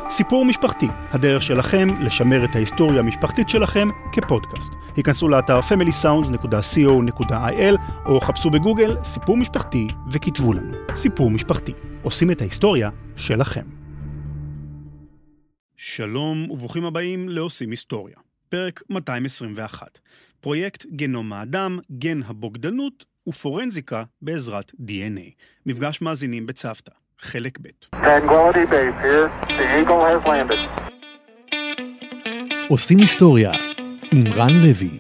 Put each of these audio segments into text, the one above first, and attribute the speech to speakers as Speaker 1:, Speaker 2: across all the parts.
Speaker 1: סיפור משפחתי, הדרך שלכם לשמר את ההיסטוריה המשפחתית שלכם כפודקאסט. היכנסו לאתר familysounds.co.il או חפשו בגוגל סיפור משפחתי וכתבו לנו. סיפור משפחתי. עושים את ההיסטוריה שלכם. שלום וברוכים הבאים לעושים היסטוריה. פרק 221. פרויקט גנום האדם, גן הבוגדנות ופורנזיקה בעזרת DNA. מפגש מאזינים בצוותא. חלק ב'.
Speaker 2: עושים היסטוריה עם רן לוי.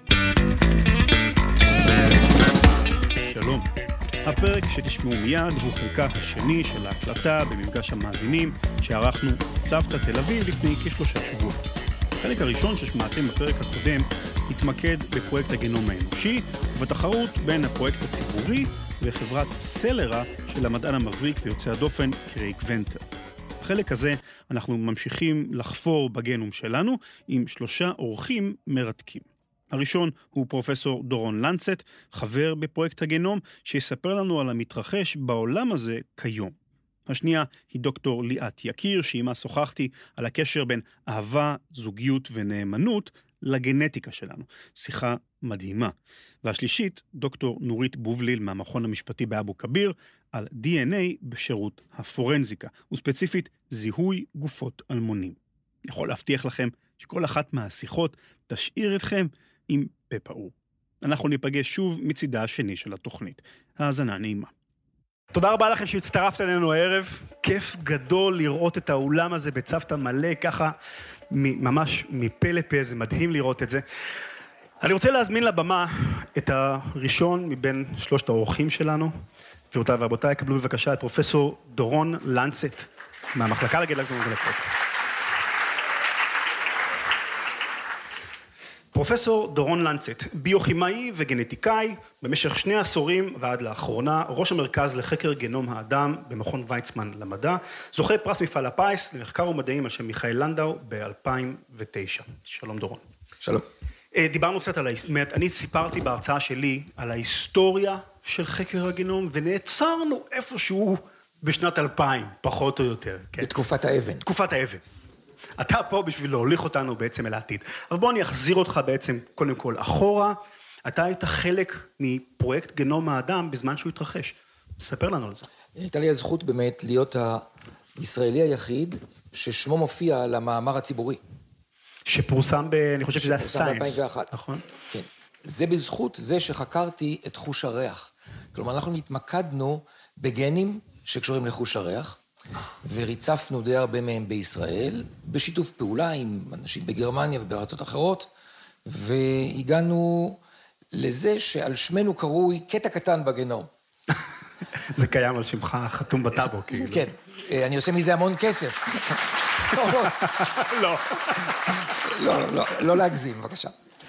Speaker 1: שלום. הפרק שתשמעו מיד הוא חלקה השני של ההקלטה במפגש המאזינים שערכנו בצוותא תל אביב לפני כשלושה שבועות. החלק הראשון ששמעתם בפרק הקודם התמקד בפרויקט הגנום האנושי ובתחרות בין הפרויקט הציבורי וחברת סלרה של המדען המבריק ויוצא הדופן קרייג ונטר. בחלק הזה אנחנו ממשיכים לחפור בגנום שלנו עם שלושה אורחים מרתקים. הראשון הוא פרופסור דורון לנצט, חבר בפרויקט הגנום, שיספר לנו על המתרחש בעולם הזה כיום. השנייה היא דוקטור ליאת יקיר, שעימה שוחחתי על הקשר בין אהבה, זוגיות ונאמנות לגנטיקה שלנו. שיחה מדהימה. והשלישית, דוקטור נורית בובליל מהמכון המשפטי באבו כביר, על DNA בשירות הפורנזיקה, וספציפית זיהוי גופות אלמונים. יכול להבטיח לכם שכל אחת מהשיחות תשאיר אתכם עם פה פעור. אנחנו ניפגש שוב מצידה השני של התוכנית. האזנה נעימה. תודה רבה לכם שהצטרפת אלינו הערב. כיף גדול לראות את האולם הזה בצוותא מלא, ככה ממש מפה לפה, זה מדהים לראות את זה. אני רוצה להזמין לבמה את הראשון מבין שלושת האורחים שלנו. גבירותיי ורבותיי, קבלו בבקשה את פרופסור דורון לנצט מהמחלקה לגנטיקה ומולקולות. פרופסור דורון לנצט, ביוכימאי וגנטיקאי, במשך 2 עשורים ועד לאחרונה, ראש המרכז לחקר גנום האדם במכון ויצמן למדע, זוכה פרס מפעל הפיס למחקר ומדעים על שם מיכאל לנדאו ב-2009. שלום דורון.
Speaker 3: שלום.
Speaker 1: דיברנו קצת אני סיפרתי בהרצאה שלי על ההיסטוריה של חקר הגנום, ונעצרנו איפשהו בשנת 2000, פחות או יותר.
Speaker 3: כן? בתקופת האבן.
Speaker 1: תקופת האבן. אתה פה בשביל להוליך אותנו בעצם אל העתיד. אבל בוא אני אחזיר אותך בעצם קודם כל אחורה. אתה היית חלק מפרויקט גנום האדם בזמן שהוא התרחש. ספר לנו על זה.
Speaker 3: הייתה לי הזכות באמת להיות הישראלי היחיד ששמו מופיע למאמר הציבורי.
Speaker 1: שפורסם אני חושב שזה הסיינס.
Speaker 3: שפורסם ב-2001.
Speaker 1: נכון.
Speaker 3: כן. זה בזכות זה שחקרתי את חוש הריח. כלומר, אנחנו התמקדנו בגנים שקשורים לחוש הריח, וריצפנו די הרבה מהם בישראל, בשיתוף פעולה עם אנשים בגרמניה ובארצות אחרות, והגענו לזה שעל שמנו קרוי קטע קטן בגנום.
Speaker 1: זה קיים על שמך חתום בטאבו, כאילו.
Speaker 3: כן, אני עושה מזה המון כסף.
Speaker 1: לא.
Speaker 3: לא להגזים, בבקשה.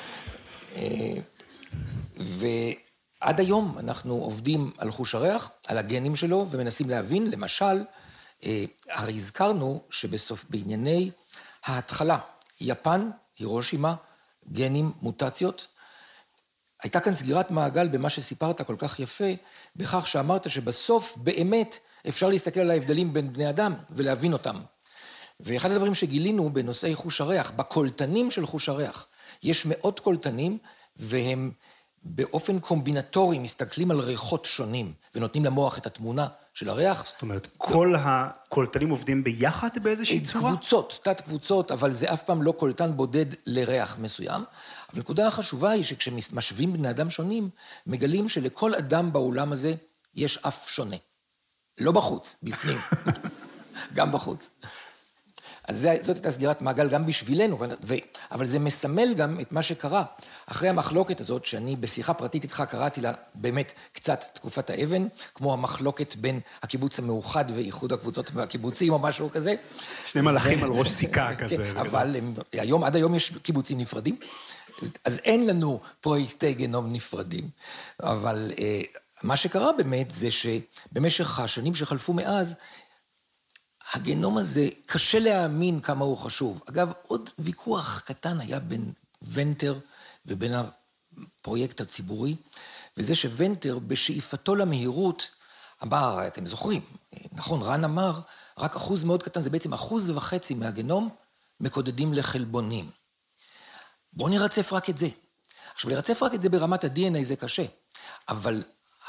Speaker 3: ועד היום אנחנו עובדים על חוש הריח, על הגנים שלו, ומנסים להבין, למשל, הרי הזכרנו שבסוף בענייני ההתחלה, יפן, הירושימה, גנים, מוטציות, הייתה כאן סגירת מעגל במה שסיפרת כל כך יפה, בכך שאמרת שבסוף באמת אפשר להסתכל על ההבדלים בין בני אדם ולהבין אותם. ואחד הדברים שגילינו בנושאי חוש הריח, בקולטנים של חוש הריח, יש מאות קולטנים והם באופן קומבינטורי מסתכלים על ריחות שונים ונותנים למוח את התמונה של הריח.
Speaker 1: זאת אומרת, כל הקולטנים עובדים ביחד באיזושהי צורה?
Speaker 3: קבוצות, תת קבוצות, אבל זה אף פעם לא קולטן בודד לריח מסוים. אבל הנקודה החשובה היא שכשמשווים בני אדם שונים, מגלים שלכל אדם בעולם הזה יש אף שונה. לא בחוץ, בפנים. גם בחוץ. אז זאת הייתה סגירת מעגל גם בשבילנו, אבל זה מסמל גם את מה שקרה. אחרי המחלוקת הזאת, שאני בשיחה פרטית איתך קראתי לה באמת קצת תקופת האבן, כמו המחלוקת בין הקיבוץ המאוחד ואיחוד הקבוצות והקיבוצים או משהו כזה.
Speaker 1: שני מלאכים על ראש סיכה כזה.
Speaker 3: אבל עד היום יש קיבוצים נפרדים, אז אין לנו פרויקטי גנום נפרדים. אבל מה שקרה באמת זה שבמשך השנים שחלפו מאז, הגנום הזה קשה להאמין כמה הוא חשוב. אגב, עוד ויכוח קטן היה בין ונטר ובין הפרויקט הציבורי, וזה שוונטר בשאיפתו למהירות אמר, אתם זוכרים, נכון, רן אמר, רק אחוז מאוד קטן, זה בעצם 1.5% מהגנום, מקודדים לחלבונים. בואו נרצף רק את זה. עכשיו, לרצף רק את זה ברמת ה-DNA זה קשה, אבל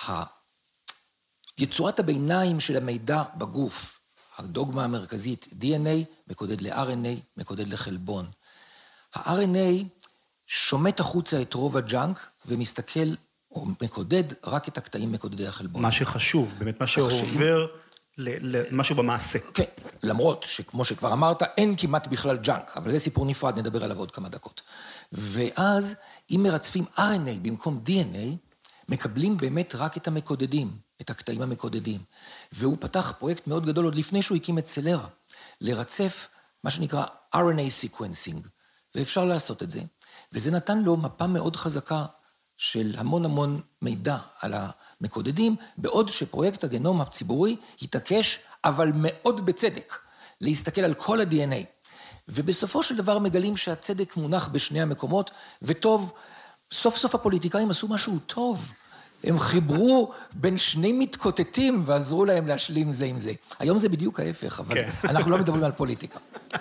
Speaker 3: יצורת הביניים של המידע בגוף, הדוגמה המרכזית, DNA מקודד ל-RNA, מקודד לחלבון. ה-RNA שומט החוצה את רוב הג'אנק ומסתכל או מקודד רק את הקטעים מקודדי החלבון.
Speaker 1: מה שחשוב, באמת מה שעובר למשהו במעשה.
Speaker 3: כן, למרות שכמו שכבר אמרת, אין כמעט בכלל ג'אנק, אבל זה סיפור נפרד, נדבר עליו עוד כמה דקות. ואז אם מרצפים RNA במקום DNA, מקבלים באמת רק את המקודדים, את הקטעים המקודדים. והוא פתח פרויקט מאוד גדול עוד לפני שהוא הקים את סלרה, לרצף מה שנקרא RNA sequencing, ואפשר לעשות את זה. וזה נתן לו מפה מאוד חזקה של המון המון מידע על המקודדים, בעוד שפרויקט הגנום הציבורי התעקש, אבל מאוד בצדק, להסתכל על כל ה-DNA. ובסופו של דבר מגלים שהצדק מונח בשני המקומות, וטוב, סוף סוף הפוליטיקאים עשו משהו טוב. הם חיברו בין שני מתקוטטים ועזרו להם להשלים זה עם זה. היום זה בדיוק ההפך, אבל אנחנו לא מדברים על פוליטיקה.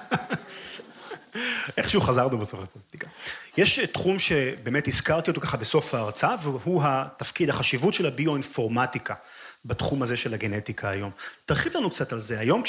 Speaker 1: איכשהו חזרנו בסוף לפוליטיקה. יש תחום שבאמת הזכרתי אותו ככה בסוף ההרצאה, והוא התפקיד, החשיבות של הביואינפורמטיקה בתחום הזה של הגנטיקה היום. תרחיב לנו קצת על זה. היום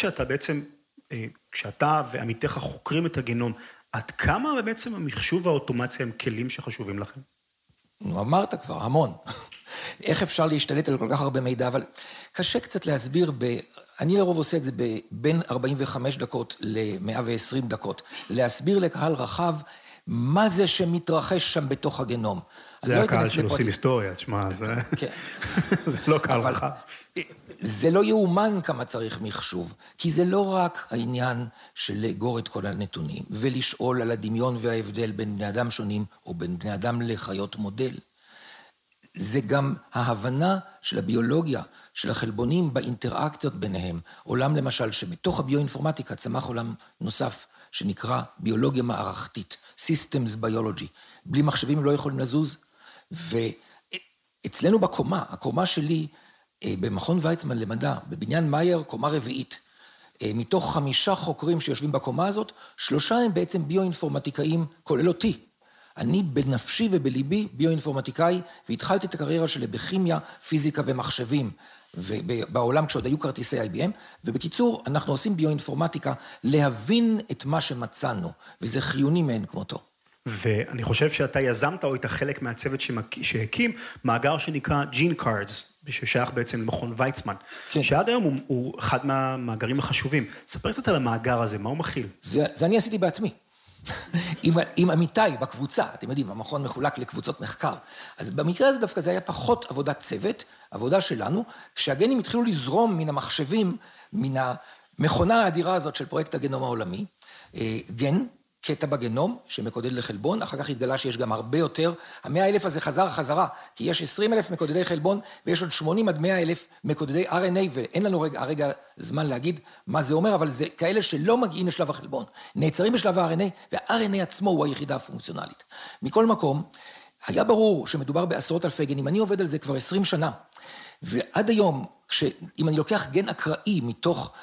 Speaker 1: כשאתה ועמיתיך חוקרים את הגנום, עד כמה בעצם המחשוב והאוטומציה הם כלים שחשובים לכם?
Speaker 3: אמרת כבר, המון. איך אפשר להשתלט על כל כך הרבה מידע, אבל קשה קצת להסביר, אני לרוב עושה את זה בין 45 דקות ל-120 דקות, להסביר לקהל רחב מה זה שמתרחש שם בתוך הגנום.
Speaker 1: זה הקהל של עושים היסטוריה, תשמע, זה לא קהל רחב.
Speaker 3: זה לא יאומן כמה צריך מחשוב, כי זה לא רק העניין של לאגור את כל הנתונים, ולשאול על הדמיון וההבדל בין בני אדם שונים, או בין בני אדם לחיות מודל. זה גם ההבנה של הביולוגיה, של החלבונים באינטראקציות ביניהם. עולם למשל שבתוך הביואינפורמטיקה צמח עולם נוסף שנקרא ביולוגיה מערכתית, Systems Biology. בלי מחשבים הם לא יכולים לזוז. ואצלנו בקומה, הקומה שלי במכון ויצמן למדע, בבניין מאייר, קומה רביעית. מתוך 5 חוקרים שיושבים בקומה הזאת, 3 הם בעצם ביואינפורמטיקאים, כולל אותי. אני בנפשי ובליבי ביואינפורמטיקאי, והתחלתי את הקריירה שלי בכימיה, פיזיקה ומחשבים, ובעולם כשעוד היו כרטיסי IBM, ובקיצור, אנחנו עושים ביואינפורמטיקה להבין את מה שמצאנו, וזה חיוני מאין כמותו.
Speaker 1: ואני חושב שאתה יזמת או היית חלק מהצוות שהקים, מאגר שנקרא Gene Cards, ששייך בעצם למכון ויצמן, כן. שעד היום הוא אחד מהמאגרים החשובים. ספר קצת על המאגר הזה, מה הוא מכיל?
Speaker 3: זה אני עשיתי בעצמי. עם עמיתיי בקבוצה, אתם יודעים, המכון מחולק לקבוצות מחקר. אז במקרה הזה דווקא זה היה פחות עבודת צוות, עבודה שלנו, כשהגנים התחילו לזרום מן המחשבים, מן המכונה האדירה הזאת של פרויקט הגנום העולמי, גן, קטע בגנום שמקודד לחלבון, אחר כך התגלה שיש גם הרבה יותר, 100,000 הזה חזרה, כי יש 20,000 מקודדי חלבון, ויש עוד 80 עד 100,000 מקודדי RNA, ואין לנו הרגע זמן להגיד מה זה אומר, אבל זה כאלה שלא מגיעים לשלב החלבון, נעצרים בשלב ה-RNA, וה-RNA עצמו הוא היחידה הפונקציונלית. מכל מקום, היה ברור שמדובר בעשרות אלפי גנים, אני עובד על זה כבר 20 שנה, ועד היום, אם אני לוקח גן אקראי מתוך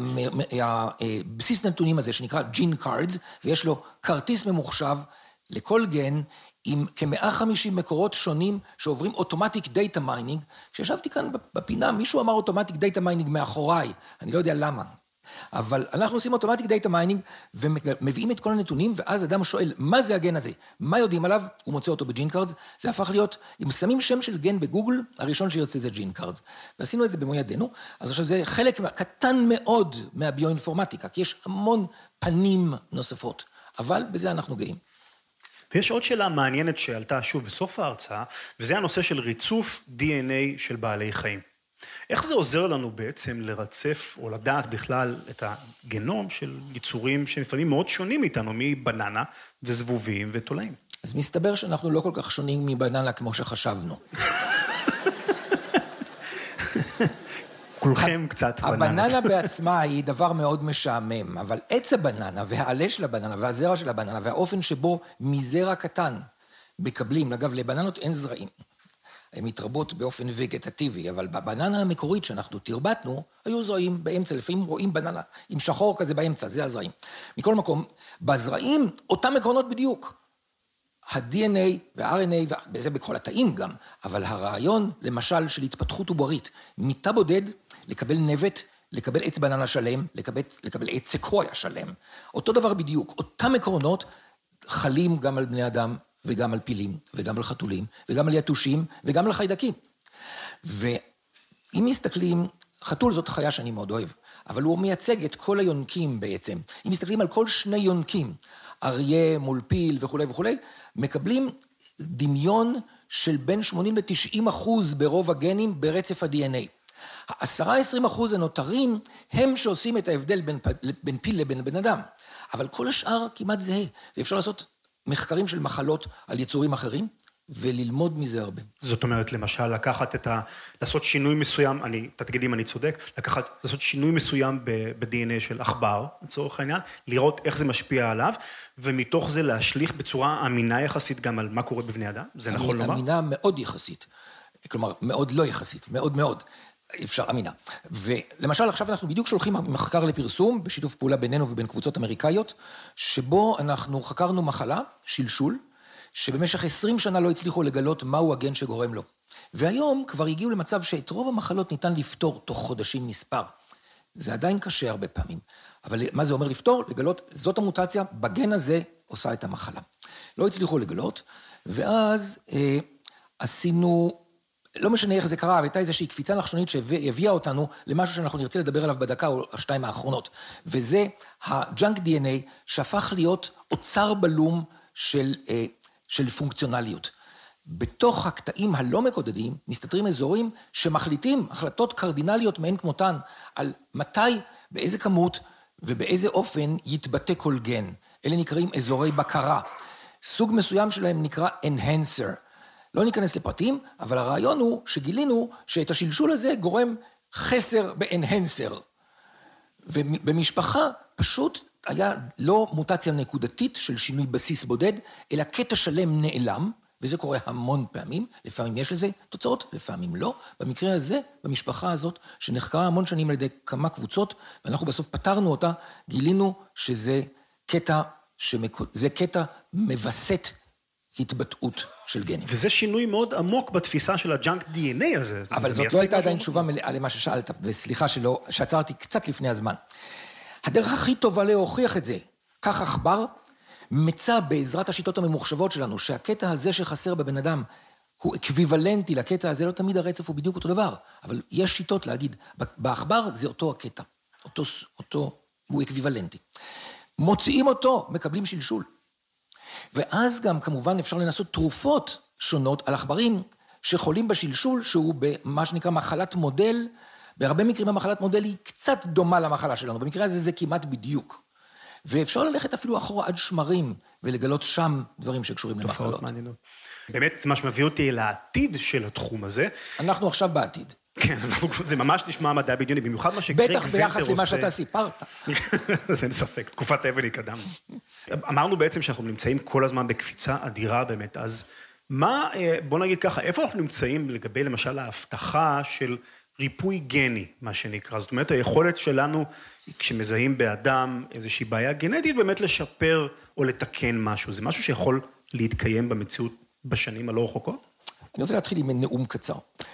Speaker 3: הבסיס נתונים הזה, שנקרא Gene Cards, ויש לו כרטיס ממוחשב לכל גן, עם כ-150 מקורות שונים שעוברים אוטומטיק דאטה מיינינג, כשישבתי כאן בפינה, מישהו אמר אוטומטיק דאטה מיינינג מאחוריי, אני לא יודע למה. אבל אנחנו עושים אוטומטיק דאטה מיינינג, ומביאים את כל הנתונים, ואז אדם שואל, מה זה הגן הזה? מה יודעים עליו? הוא מוצא אותו בג'ין קארדס, זה הפך להיות, אם שמים שם של גן בגוגל, הראשון שיוצא זה ג'ין קארדס. ועשינו את זה במו ידינו, אז עכשיו זה חלק קטן מאוד מהביואינפורמטיקה, כי יש המון פנים נוספות, אבל בזה אנחנו גאים.
Speaker 1: ויש עוד שאלה מעניינת שעלתה שוב בסוף ההרצאה, וזה הנושא של ריצוף DNA של בעלי חיים. איך זה עוזר לנו בעצם לרצף או לדעת בכלל את הגנום של יצורים שלפעמים מאוד שונים מאיתנו, מבננה וזבובים ותולעים?
Speaker 3: אז מסתבר שאנחנו לא כל כך שונים מבננה כמו שחשבנו.
Speaker 1: כולכם קצת בננה.
Speaker 3: הבננה בעצמה היא דבר מאוד משעמם, אבל עץ הבננה והעלה של הבננה והזרע של הבננה והאופן שבו מזרע קטן מקבלים, אגב לבננות אין זרעים. הן מתרבות באופן וגטטיבי, אבל בבננה המקורית שאנחנו תרבטנו, היו זרעים באמצע, לפעמים רואים בננה עם שחור כזה באמצע, זה הזרעים. מכל מקום, בזרעים, אותם עקרונות בדיוק. ה-DNA וה-RNA, וזה בכל התאים גם, אבל הרעיון, למשל, של התפתחות עוברית, מתא בודד, לקבל נבט, לקבל עץ בננה שלם, לקבל עץ סקויה שלם. אותו דבר בדיוק, אותם עקרונות חלים גם על בני אדם, וגם על פילים, וגם על חתולים, וגם על יתושים, וגם על חיידקים. ואם מסתכלים, חתול זאת חיה שאני מאוד אוהב, אבל הוא מייצג את כל היונקים בעצם. אם מסתכלים על כל שני יונקים, אריה מול פיל וכו' וכו', מקבלים דמיון של בין 80 ל-90% ברוב הגנים ברצף ה-DNA. ה-10-20% הנותרים הם שעושים את ההבדל בין פיל לבין בן אדם, אבל כל השאר כמעט זהה, ואפשר לעשות מחקרים של מחלות על יצורים אחרים, וללמוד מזה הרבה.
Speaker 1: זאת אומרת, למשל, לעשות שינוי מסוים, תגיד אם אני צודק, לעשות שינוי מסוים ב-DNA של עכבר, לצורך העניין, לראות איך זה משפיע עליו, ומתוך זה להשליך בצורה אמינה יחסית גם על מה קורה בבני אדם, זה נכון לומר?
Speaker 3: אמינה מאוד יחסית, כלומר, מאוד לא יחסית, מאוד מאוד. אפשר, אמינה. ולמשל, עכשיו אנחנו בדיוק שולחים מחקר לפרסום, בשיתוף פעולה בינינו ובין קבוצות אמריקאיות, שבו אנחנו חקרנו מחלה, שלשול, שבמשך 20 שנה לא הצליחו לגלות מהו הגן שגורם לו. והיום כבר הגיעו למצב שאת רוב המחלות ניתן לפתור תוך חודשים מספר. זה עדיין קשה הרבה פעמים. אבל מה זה אומר לפתור? לגלות, זאת המוטציה, בגן הזה עושה את המחלה. לא הצליחו לגלות, ואז עשינו... לא משנה איך זה קרה, הייתה איזושהי קפיצה נחשונית שהביאה אותנו למשהו שאנחנו נרצה לדבר עליו בדקה או השתיים האחרונות, וזה הג'אנק DNA שהפך להיות אוצר בלום של פונקציונליות. בתוך הקטעים הלא מקודדים מסתתרים אזורים שמחליטים החלטות קרדינליות מהן כמותן על מתי, באיזה כמות ובאיזה אופן יתבטא כל גן. אלה נקראים אזורי בקרה. סוג מסוים שלהם נקרא enhancer. לא ניכנס לפרטים, אבל הרעיון הוא שגילינו שאת השלשול הזה גורם חסר ב-enhancer. ובמשפחה פשוט היה לא מוטציה נקודתית של שינוי בסיס בודד, אלא קטע שלם נעלם, וזה קורה המון פעמים, לפעמים יש לזה תוצאות, לפעמים לא. במקרה הזה, במשפחה הזאת, שנחקרה המון שנים על ידי כמה קבוצות, ואנחנו בסוף פתרנו אותה, גילינו שזה קטע מבסט התבטאות של גנים.
Speaker 1: וזה שינוי מאוד עמוק בתפיסה של הג'אנק DNA הזה.
Speaker 3: אבל זאת לא הייתה עדיין תשובה מלאה למה ששאלת, וסליחה שעצרתי קצת לפני הזמן. הדרך הכי טובה להוכיח את זה, כך עכבר, מצא בעזרת השיטות הממוחשבות שלנו, שהקטע הזה שחסר בבן אדם, הוא אקוויוולנטי לקטע הזה, לא תמיד הרצף הוא בדיוק אותו דבר, אבל יש שיטות להגיד, בעכבר זה אותו הקטע, הוא אקוויוולנטי. מוציאים אותו, מקבלים שלשול. ואז גם כמובן אפשר לנסות תרופות שונות על עכברים שחולים בשלשול, שהוא במה שנקרא מחלת מודל, בהרבה מקרים המחלת מודל היא קצת דומה למחלה שלנו, במקרה הזה זה כמעט בדיוק. ואפשר ללכת אפילו אחורה עד שמרים, ולגלות שם דברים שקשורים למחלות.
Speaker 1: באמת, מה שמביא אותי לעתיד של התחום הזה.
Speaker 3: אנחנו עכשיו בעתיד.
Speaker 1: כן, זה ממש נשמע מדע בדיוני, במיוחד מה שקריק ונטר עושה.
Speaker 3: בטח ביחס למה שאתה סיפרת.
Speaker 1: זה אין ספק, תקופת האבן התקדמנו. אמרנו בעצם שאנחנו נמצאים כל הזמן בקפיצה אדירה באמת, אז מה, בוא נגיד ככה, איפה אנחנו נמצאים לגבי למשל ההבטחה של ריפוי גני, מה שנקרא, זאת אומרת היכולת שלנו, כשמזהים באדם איזושהי בעיה גנטית, באמת לשפר או לתקן משהו, זה משהו שיכול להתקיים במציאות בשנים הלא רחוקות?
Speaker 3: אני רוצה להתחיל עם נאום קצר.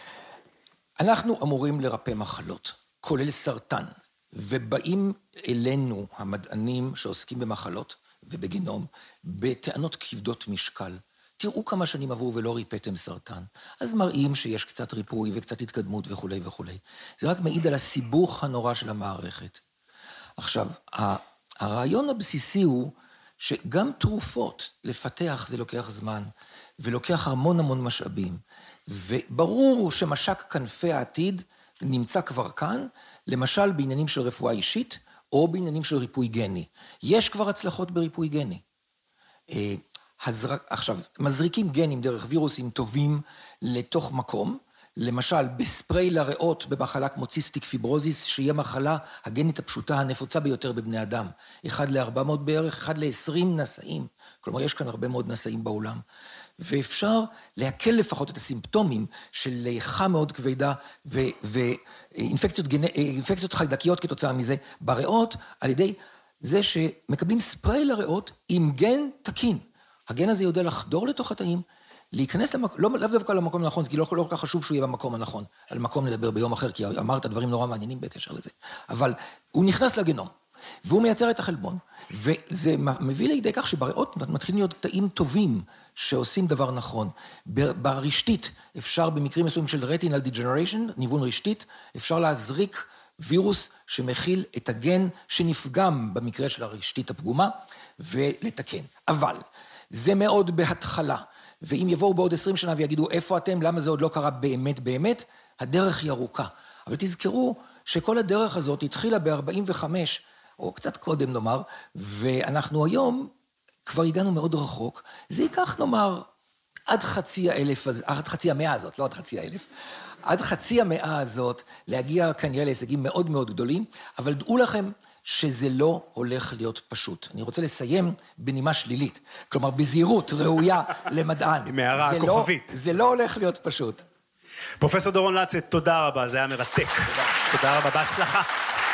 Speaker 3: אנחנו אמורים לרפא מחלות, כולל סרטן, ובאים אלינו המדענים שעוסקים במחלות ובגנום, בטענות כבדות משקל. תראו כמה שנים עברו ולא ריפאתם סרטן, אז מראים שיש קצת ריפוי וקצת התקדמות וכו' וכו'. זה רק מעיד על הסיבוך הנורא של המערכת. עכשיו, הרעיון הבסיסי הוא שגם תרופות לפתח זה לוקח זמן, ולוקח המון משאבים, וברור שמשק כנפי העתיד נמצא כבר כאן, למשל בעניינים של רפואה אישית, או בעניינים של ריפוי גני. יש כבר הצלחות בריפוי גני. עכשיו, מזריקים גנים דרך וירוסים טובים לתוך מקום, למשל בספרי לריאות במחלה כמו ציסטיק פיברוזיס, שהיא המחלה הגנית הפשוטה הנפוצה ביותר בבני אדם, 1 ל-400 בערך, 1 ל-20 נשאים, כלומר יש כאן הרבה מאוד נשאים בעולם, ואפשר להקל לפחות את הסימפטומים של ליחה מאוד כבדה ואינפקציות חיידקיות כתוצאה מזה בריאות, על ידי זה שמקבלים ספרי לריאות עם גן תקין. הגן הזה יודע לחדור לתוך התאים, להיכנס למקום, לאו דווקא למקום הנכון, כי לא כל כך חשוב שהוא יהיה במקום הנכון, על מקום לדבר ביום אחר, כי אמרת דברים נורא מעניינים בקשר לזה, אבל הוא נכנס לגנום, והוא מייצר את החלבון, וזה מביא לידי כך שבריאות מתחילים להיות תאים טובים, שעושים דבר נכון. ברשתית, אפשר במקרים מסוימים של retinal degeneration, ניוון רשתית, אפשר להזריק וירוס שמכיל את הגן שנפגם במקרה של הרשתית הפגומה, ולתקן. אבל זה מאוד בהתחלה, ואם יבואו בעוד 20 שנה ויגידו איפה אתם, למה זה עוד לא קרה באמת, הדרך היא ארוכה. אבל תזכרו שכל הדרך הזאת התחילה ב-45, או קצת קודם נאמר, ואנחנו היום כבר הגענו מאוד רחוק. זה ייקח נאמר עד חצי המאה הזאת, לא עד חצי האלף, עד חצי המאה הזאת להגיע כנראה להישגים מאוד מאוד גדולים, אבל דעו לכם שזה לא הולך להיות פשוט. אני רוצה לסיים בנימה שלילית, כלומר בזהירות ראויה למדען.
Speaker 1: עם הערה הכוכבית.
Speaker 3: זה לא הולך להיות פשוט.
Speaker 1: פרופסור דורון לצט, תודה רבה, זה היה מרתק. תודה רבה, בהצלחה.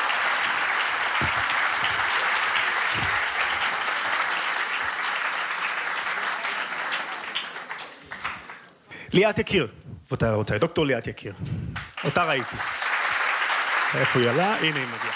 Speaker 1: ליאת יקיר, רבותיי, דוקטור ליאת יקיר. אותה ראיתי. איפה היא עלה? הנה היא מגיעה.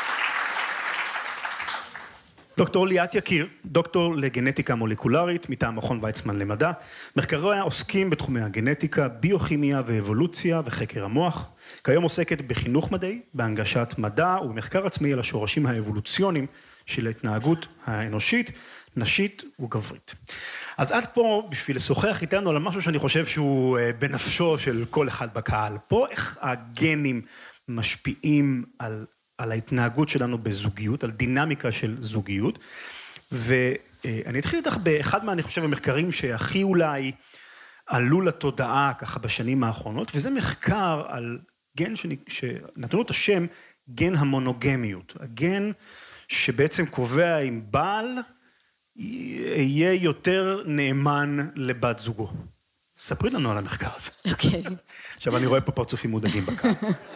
Speaker 1: דוקטור ליאת יקיר, דוקטור לגנטיקה מולקולרית מטעם מכון ויצמן למדע. מחקריה עוסקים בתחומי הגנטיקה, ביוכימיה ואבולוציה וחקר המוח. כיום עוסקת בחינוך מדעי, בהנגשת מדע ובמחקר עצמי על השורשים האבולוציוניים של ההתנהגות האנושית, נשית וגברית. אז עד פה בשביל לשוחח איתנו על משהו שאני חושב שהוא בנפשו של כל אחד בקהל. פה איך הגנים משפיעים על ההתנהגות שלנו בזוגיות, על דינמיקה של זוגיות, ואני אתחיל איתך באחד אני חושב המחקרים שהכי אולי עלו לתודעה ככה בשנים האחרונות, וזה מחקר על גן שנתנו את השם גן המונוגמיות, הגן שבעצם קובע אם בעל יהיה יותר נאמן לבת זוגו. ספרי לנו על המחקר הזה.
Speaker 4: אוקיי.
Speaker 1: עכשיו אני רואה פה פרצופים מודאגים בקהל.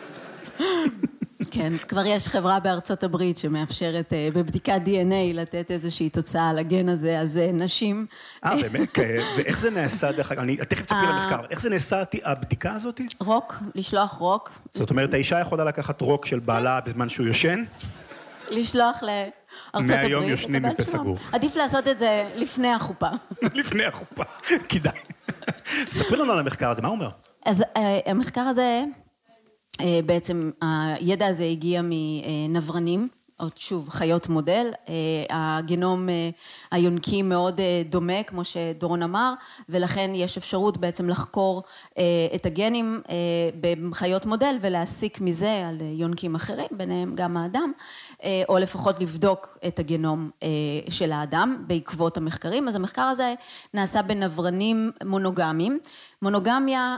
Speaker 4: כן, כבר יש חברה בארצות הברית שמאפשרת בבדיקת DNA לתת איזושהי תוצאה על הגן הזה, אז נשים.
Speaker 1: באמת? ואיך זה נעשה, דרך אגב, אני תכף תספרי למחקר, איך זה נעשה הבדיקה הזאת?
Speaker 4: רוק, לשלוח רוק.
Speaker 1: זאת אומרת, האישה יכולה לקחת רוק של בעלה בזמן שהוא יושן?
Speaker 4: לשלוח לארצות הברית.
Speaker 1: מהיום יושנים מפה סגור.
Speaker 4: עדיף לעשות את זה לפני החופה.
Speaker 1: לפני החופה, כדאי. ספרי לנו על המחקר הזה, מה הוא אומר?
Speaker 4: אז המחקר הזה, בעצם הידע הזה הגיע מנברנים, עוד שוב, חיות מודל, הגנום היונקי מאוד דומה, כמו שדורון אמר, ולכן יש אפשרות בעצם לחקור את הגנים בחיות מודל, ולהסיק מזה על יונקים אחרים, ביניהם גם האדם, או לפחות לבדוק את הגנום של האדם בעקבות המחקרים. אז המחקר הזה נעשה בנברנים מונוגמיים. מונוגמיה,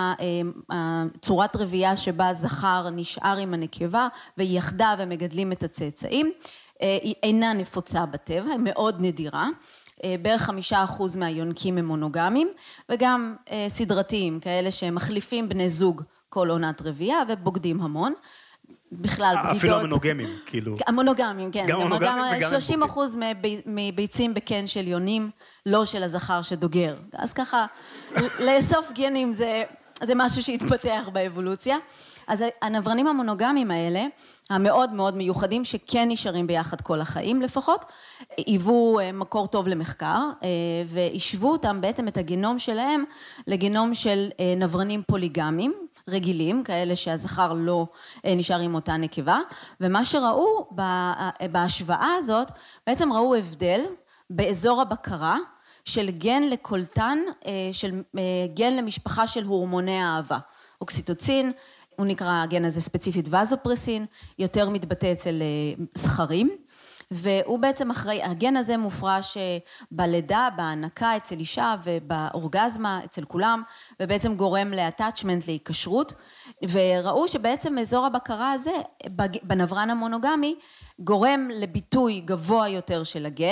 Speaker 4: הצורת רבייה שבה זכר נשאר עם הנקבה ויחדה ומגדלים את הצאצאים, היא אינה נפוצה בטבע, היא מאוד נדירה, בערך 5% מהיונקים הם מונוגמיים, וגם סדרתיים, כאלה שמחליפים בני זוג כל עונת רבייה ובוגדים המון. בכלל בגידות.
Speaker 1: אפילו המונוגמים, כאילו.
Speaker 4: המונוגמים, כן.
Speaker 1: גם המונוגמים וגם
Speaker 4: 30% מביצים בקן של יונים, לא של הזכר שדוגר. אז ככה, לאסוף גנים זה משהו שהתפתח באבולוציה. אז הנברנים המונוגמים האלה, המאוד מאוד מיוחדים, שכן נשארים ביחד כל החיים לפחות, היוו מקור טוב למחקר, והשוו אותם בעצם את הגנום שלהם לגנום של נברנים פוליגמיים, רגילים, כאלה שהזכר לא נשאר עם אותה נקבה, ומה שראו בהשוואה הזאת, בעצם ראו הבדל באזור הבקרה של גן לקולטן, של גן למשפחה של הורמוני האהבה, אוקסיטוצין, הוא נקרא הגן הזה ספציפית וזופרסין, יותר מתבטא אצל זכרים, והוא בעצם אחראי, הגן הזה מופרש בלידה, בהנקה אצל אישה ובאורגזמה אצל כולם, ובעצם גורם לאטאצ'מנט, להיקשרות, וראו שבעצם אזור הבקרה הזה, בנברן המונוגמי, גורם לביטוי גבוה יותר של הגן,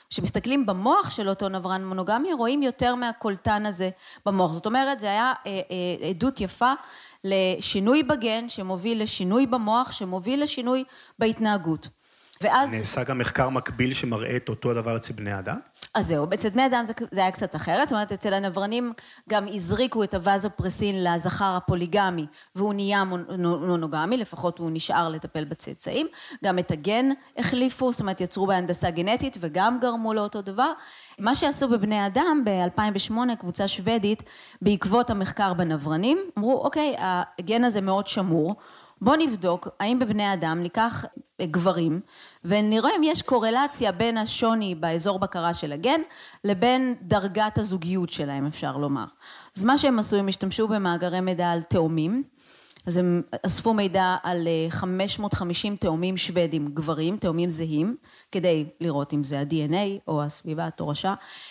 Speaker 4: כשמסתכלים במוח של אותו נברן מונוגמי, רואים יותר מהקולטן הזה במוח. זאת אומרת, זה היה עדות יפה לשינוי בגן, שמוביל לשינוי במוח, שמוביל לשינוי בהתנהגות. ואז...
Speaker 1: נעשה גם מחקר מקביל שמראה את אותו הדבר אצל בני אדם?
Speaker 4: אז זהו, אצל בני אדם זה היה קצת אחרת, זאת אומרת, אצל הנברנים גם הזריקו את הווזופרסין לזכר הפוליגמי, והוא נהיה מונוגמי, לפחות הוא נשאר לטפל בצאצאים, גם את הגן החליפו, זאת אומרת, יצרו בהנדסה גנטית וגם גרמו לאותו דבר. מה שעשו בבני אדם ב-2008, קבוצה שוודית, בעקבות המחקר בנברנים, אמרו, אוקיי, הגן הזה מאוד שמור, בוא נבדוק האם בבני אדם ניקח גברים ונראה אם יש קורלציה בין השוני באזור בקרה של הגן לבין דרגת הזוגיות שלהם, אפשר לומר. אז מה שהם עשו, הם השתמשו במאגרי מידע על תאומים, אז הם אספו מידע על 550 תאומים שוודים גברים, תאומים זהים, כדי לראות אם זה ה-DNA או הסביבה התורשה,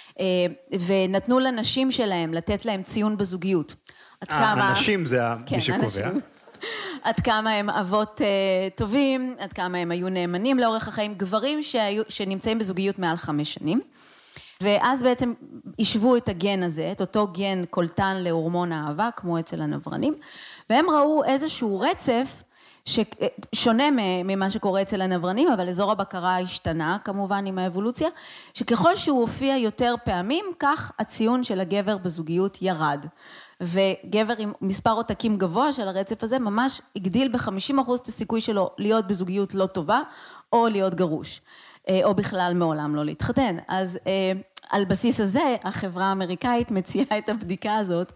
Speaker 4: ונתנו לנשים שלהם לתת להם ציון בזוגיות.
Speaker 1: הנשים זה מי שקובע.
Speaker 4: עד כמה הם אבות טובים, עד כמה הם היו נאמנים לאורך החיים, גברים שנמצאים בזוגיות מעל 5 שנים, ואז בעצם ישבו את הגן הזה, את אותו גן קולטן להורמון האהבה, כמו אצל הנברנים, והם ראו איזשהו רצף ששונה ממה שקורה אצל הנברנים, אבל אזור הבקרה השתנה כמובן עם האבולוציה, שככל שהוא הופיע יותר פעמים, כך הציון של הגבר בזוגיות ירד. וגבר עם מספר עותקים גבוה של הרצף הזה ממש הגדיל ב-50% את הסיכוי שלו להיות בזוגיות לא טובה או להיות גרוש, או בכלל מעולם לא להתחתן. אז על בסיס הזה החברה האמריקאית מציעה את הבדיקה הזאת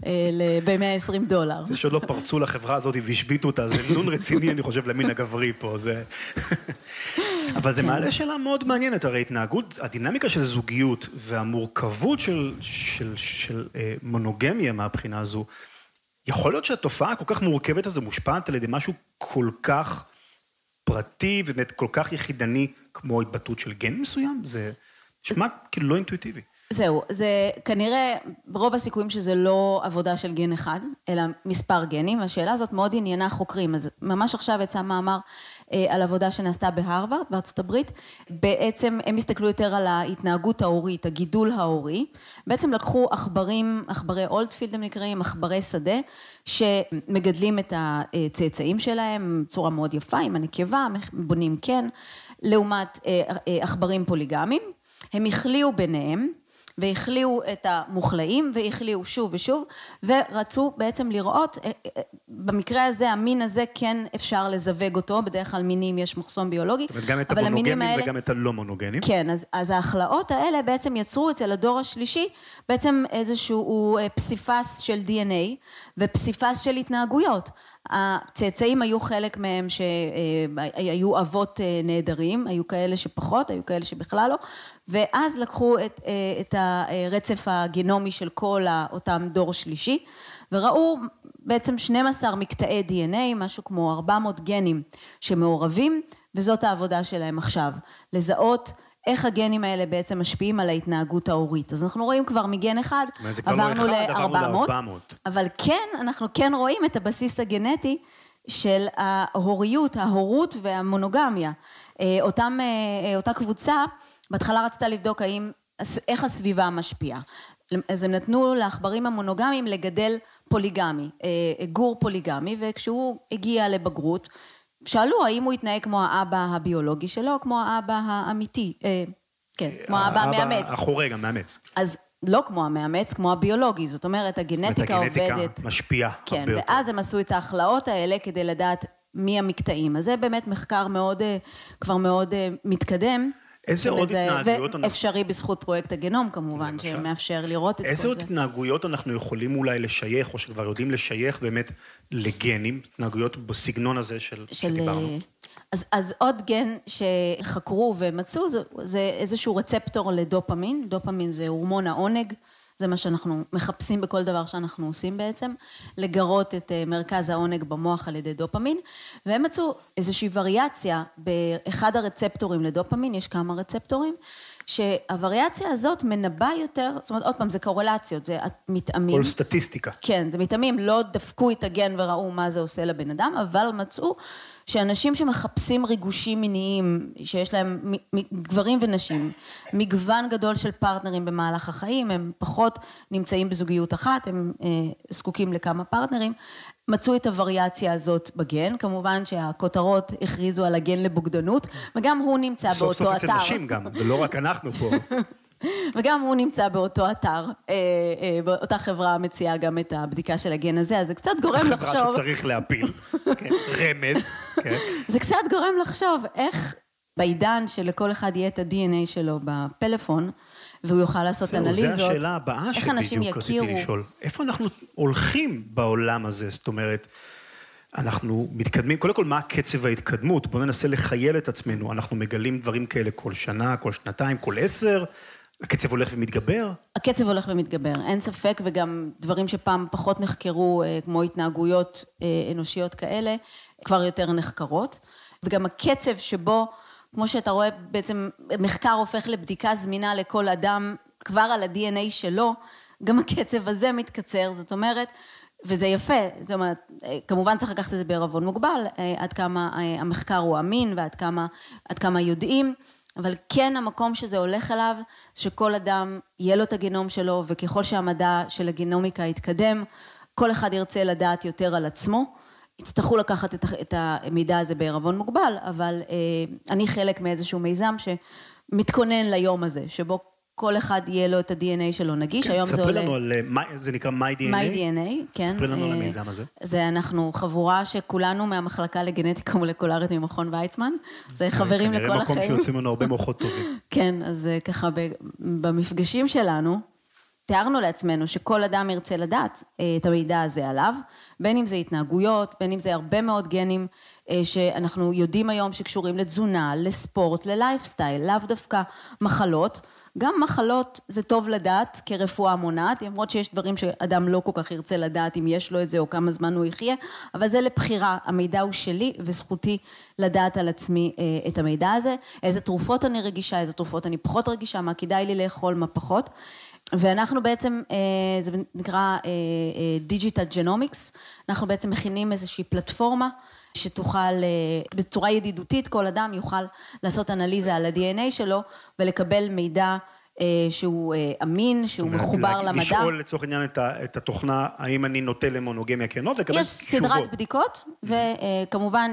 Speaker 4: ב$120.
Speaker 1: זה שלא פרצו לחברה הזאת והשביטו אותה, זה נון רציני אני חושב למין הגברי פה, זה... אבל זה מעלה שאלה מאוד מעניינת, הרי התנהגות, הדינמיקה של זוגיות והמורכבות של מונוגמיה מהבחינה הזו, יכול להיות שהתופעה כל כך מורכבת הזו מושפעת על ידי משהו כל כך פרטי ובאמת כל כך יחידני כמו התבטאות של גן מסוים? זה נשמע כאילו לא אינטואיטיבי.
Speaker 4: זהו, זה כנראה ברוב הסיכויים שזה לא עבודה של גן אחד, אלא מספר גנים, והשאלה הזאת מאוד עניינה חוקרים, אז ממש עכשיו יצא מאמר על עבודה שנעשתה בהרווארד, בארצות הברית, בעצם הם הסתכלו יותר על ההתנהגות ההורית, הגידול ההורי, בעצם לקחו עכברי אולדפילד הם נקראים, עכברי שדה, שמגדלים את הצאצאים שלהם, צורה מאוד יפה, עם הנקבה, בונים כן, לעומת עכברים פוליגמיים, הם החליאו ביניהם, והחליאו את המוחלאים, והחליאו שוב ושוב, ורצו בעצם לראות, במקרה הזה, המין הזה כן אפשר לזווג אותו, בדרך כלל מינים יש מחסום ביולוגי.
Speaker 1: זאת אומרת, גם את המונוגנים וגם את הלא מונוגנים.
Speaker 4: כן, אז ההחלאות האלה בעצם יצרו אצל הדור השלישי, בעצם איזשהו פסיפס של DNA, ופסיפס של התנהגויות. הצאצאים היו חלק מהם שהיו אבות נהדרים, היו כאלה שפחות, היו כאלה שבכלל לא, ואז לקחו את הרצף הגנומי של כל אותם דור שלישי, וראו בעצם 12 מקטעי DNA, משהו כמו 400 גנים שמעורבים, וזאת העבודה שלהם עכשיו, לזהות איך הגנים האלה בעצם משפיעים על ההתנהגות ההורית. אז אנחנו רואים כבר מגן אחד, עברנו ל-400, אבל כן, אנחנו כן רואים את הבסיס הגנטי של ההוריות, ההורות והמונוגמיה. אותה קבוצה, בהתחלה רצתה לבדוק איך הסביבה משפיעה. אז הם נתנו לעכברים המונוגמיים לגדל פוליגמי, גור פוליגמי, וכשהוא הגיע לבגרות, שאלו האם הוא יתנהג כמו האבא הביולוגי שלו, או כמו האבא האמיתי, כן, כמו האבא המאמץ.
Speaker 1: החורג, המאמץ.
Speaker 4: אז לא כמו המאמץ, כמו הביולוגי, זאת אומרת, הגנטיקה עובדת.
Speaker 1: זאת אומרת, הגנטיקה משפיעה.
Speaker 4: כן, ואז הם עשו את ההחלאות האלה כדי לדעת מי המקטעים. אז זה באמת מחקר מאוד, כבר מאוד מתקדם.
Speaker 1: איזה עוד התנהגויות...
Speaker 4: ואפשרי בזכות פרויקט הגנום כמובן, שמאפשר לראות את כל זה.
Speaker 1: איזה עוד התנהגויות אנחנו יכולים אולי לשייך, או שכבר יודעים לשייך באמת לגנים, התנהגויות בסגנון הזה שדיברנו?
Speaker 4: אז עוד גן שחקרו ומצאו, זה איזשהו רצפטור לדופמין, דופמין זה הורמון העונג, זה מה שאנחנו מחפשים בכל דבר שאנחנו עושים בעצם, לגרות את מרכז העונג במוח על ידי דופמין, והם מצאו איזושהי וריאציה באחד הרצפטורים לדופמין, יש כמה רצפטורים, שהווריאציה הזאת מנבא יותר, זאת אומרת, עוד פעם, זה קורלציות, זה מתאמים.
Speaker 1: כל סטטיסטיקה.
Speaker 4: כן, זה מתאמים, לא דפקו את הגן וראו מה זה עושה לבן אדם, אבל מצאו שאנשים שמחפשים ריגושים מיניים, שיש להם גברים ונשים, מגוון גדול של פרטנרים במהלך החיים, הם פחות נמצאים בזוגיות אחת, הם זקוקים לכמה פרטנרים, מצאו את הווריאציה הזאת בגן, כמובן שהכותרות הכריזו על הגן לבוגדנות, וגם הוא נמצא באותו אתר.
Speaker 1: סוף סוף אצל נשים גם, ולא רק אנחנו פה.
Speaker 4: וגם הוא נמצא באותו אתר, באותה חברה מציעה גם את הבדיקה של הגן הזה, אז זה קצת גורם לחשוב...
Speaker 1: חברה שצריך להפיל, רמז.
Speaker 4: זה קצת גורם לחשוב איך בעידן שלכל אחד יהיה את ה-DNA שלו בפלאפון, והוא יוכל לעשות אנליזות.
Speaker 1: זו השאלה הבאה שבדיוק רציתי לשאול. איפה אנחנו הולכים בעולם הזה? זאת אומרת, אנחנו מתקדמים, קודם כל מה קצב ההתקדמות? בואו ננסה לחייל את עצמנו, אנחנו מגלים דברים כאלה כל שנה, כל שנתיים, כל 10, הקצב הולך ומתגבר?
Speaker 4: הקצב הולך ומתגבר, אין ספק, וגם דברים שפעם פחות נחקרו, כמו התנהגויות אנושיות כאלה, כבר יותר נחקרות, וגם הקצב שבו, כמו שאתה רואה, בעצם מחקר הופך לבדיקה זמינה לכל אדם, כבר על ה-DNA שלו, גם הקצב הזה מתקצר, זאת אומרת, וזה יפה, זאת אומרת, כמובן צריך לקחת את זה בערבון מוגבל, עד כמה המחקר הוא אמין ועד כמה יודעים, אבל כן המקום שזה הולך אליו, שכל אדם יהיה לו את הגנום שלו, וככל שהמדע של הגנומיקה יתקדם, כל אחד ירצה לדעת יותר על עצמו, יצטרכו לקחת את המידע הזה בערבון מוגבל, אבל אני חלק מאיזשהו מיזם שמתכונן ליום הזה, שבו כל אחד יהיה לו את ה-DNA שלו נגיש,
Speaker 1: כן,
Speaker 4: היום זה עולה...
Speaker 1: ספר לנו על, זה נקרא My DNA?
Speaker 4: כן.
Speaker 1: ספר לנו על המיזם הזה.
Speaker 4: זה אנחנו חבורה שכולנו מהמחלקה לגנטיקה מולקולרית ממכון ויצמן, זה חברים לכל החיים.
Speaker 1: כנראה מקום שיוצאים לנו הרבה מוחות טובים.
Speaker 4: כן, אז ככה במפגשים שלנו, תיארנו לעצמנו שכל אדם ירצה לדעת את המידע הזה עליו, בין אם זה התנהגויות, בין אם זה הרבה מאוד גנים שאנחנו יודעים היום שקשורים לתזונה, לספורט, ללייפסטייל, לאו דווקא מחלות, גם מחלות זה טוב לדעת כרפואה מונעת, למרות שיש דברים שאדם לא כל כך ירצה לדעת אם יש לו את זה או כמה זמן הוא יחיה, אבל זה לבחירה, המידע הוא שלי וזכותי לדעת על עצמי את המידע הזה, איזה תרופות אני רגישה, איזה תרופות אני פחות רגישה, מה כדאי לי לאכול, מה פחות, ואנחנו בעצם, זה נקרא Digital Genomics, אנחנו בעצם מכינים איזושהי פלטפורמה, שתוכל, בצורה ידידותית, כל אדם יוכל לעשות אנליזה על ה-DNA שלו, ולקבל מידע שהוא אמין, שהוא מחובר למדע.
Speaker 1: לשאול לצורך עניין את התוכנה, האם אני נוטה למונוגמיה כן או לא, לקבל תשובות.
Speaker 4: יש סדרת בדיקות, וכמובן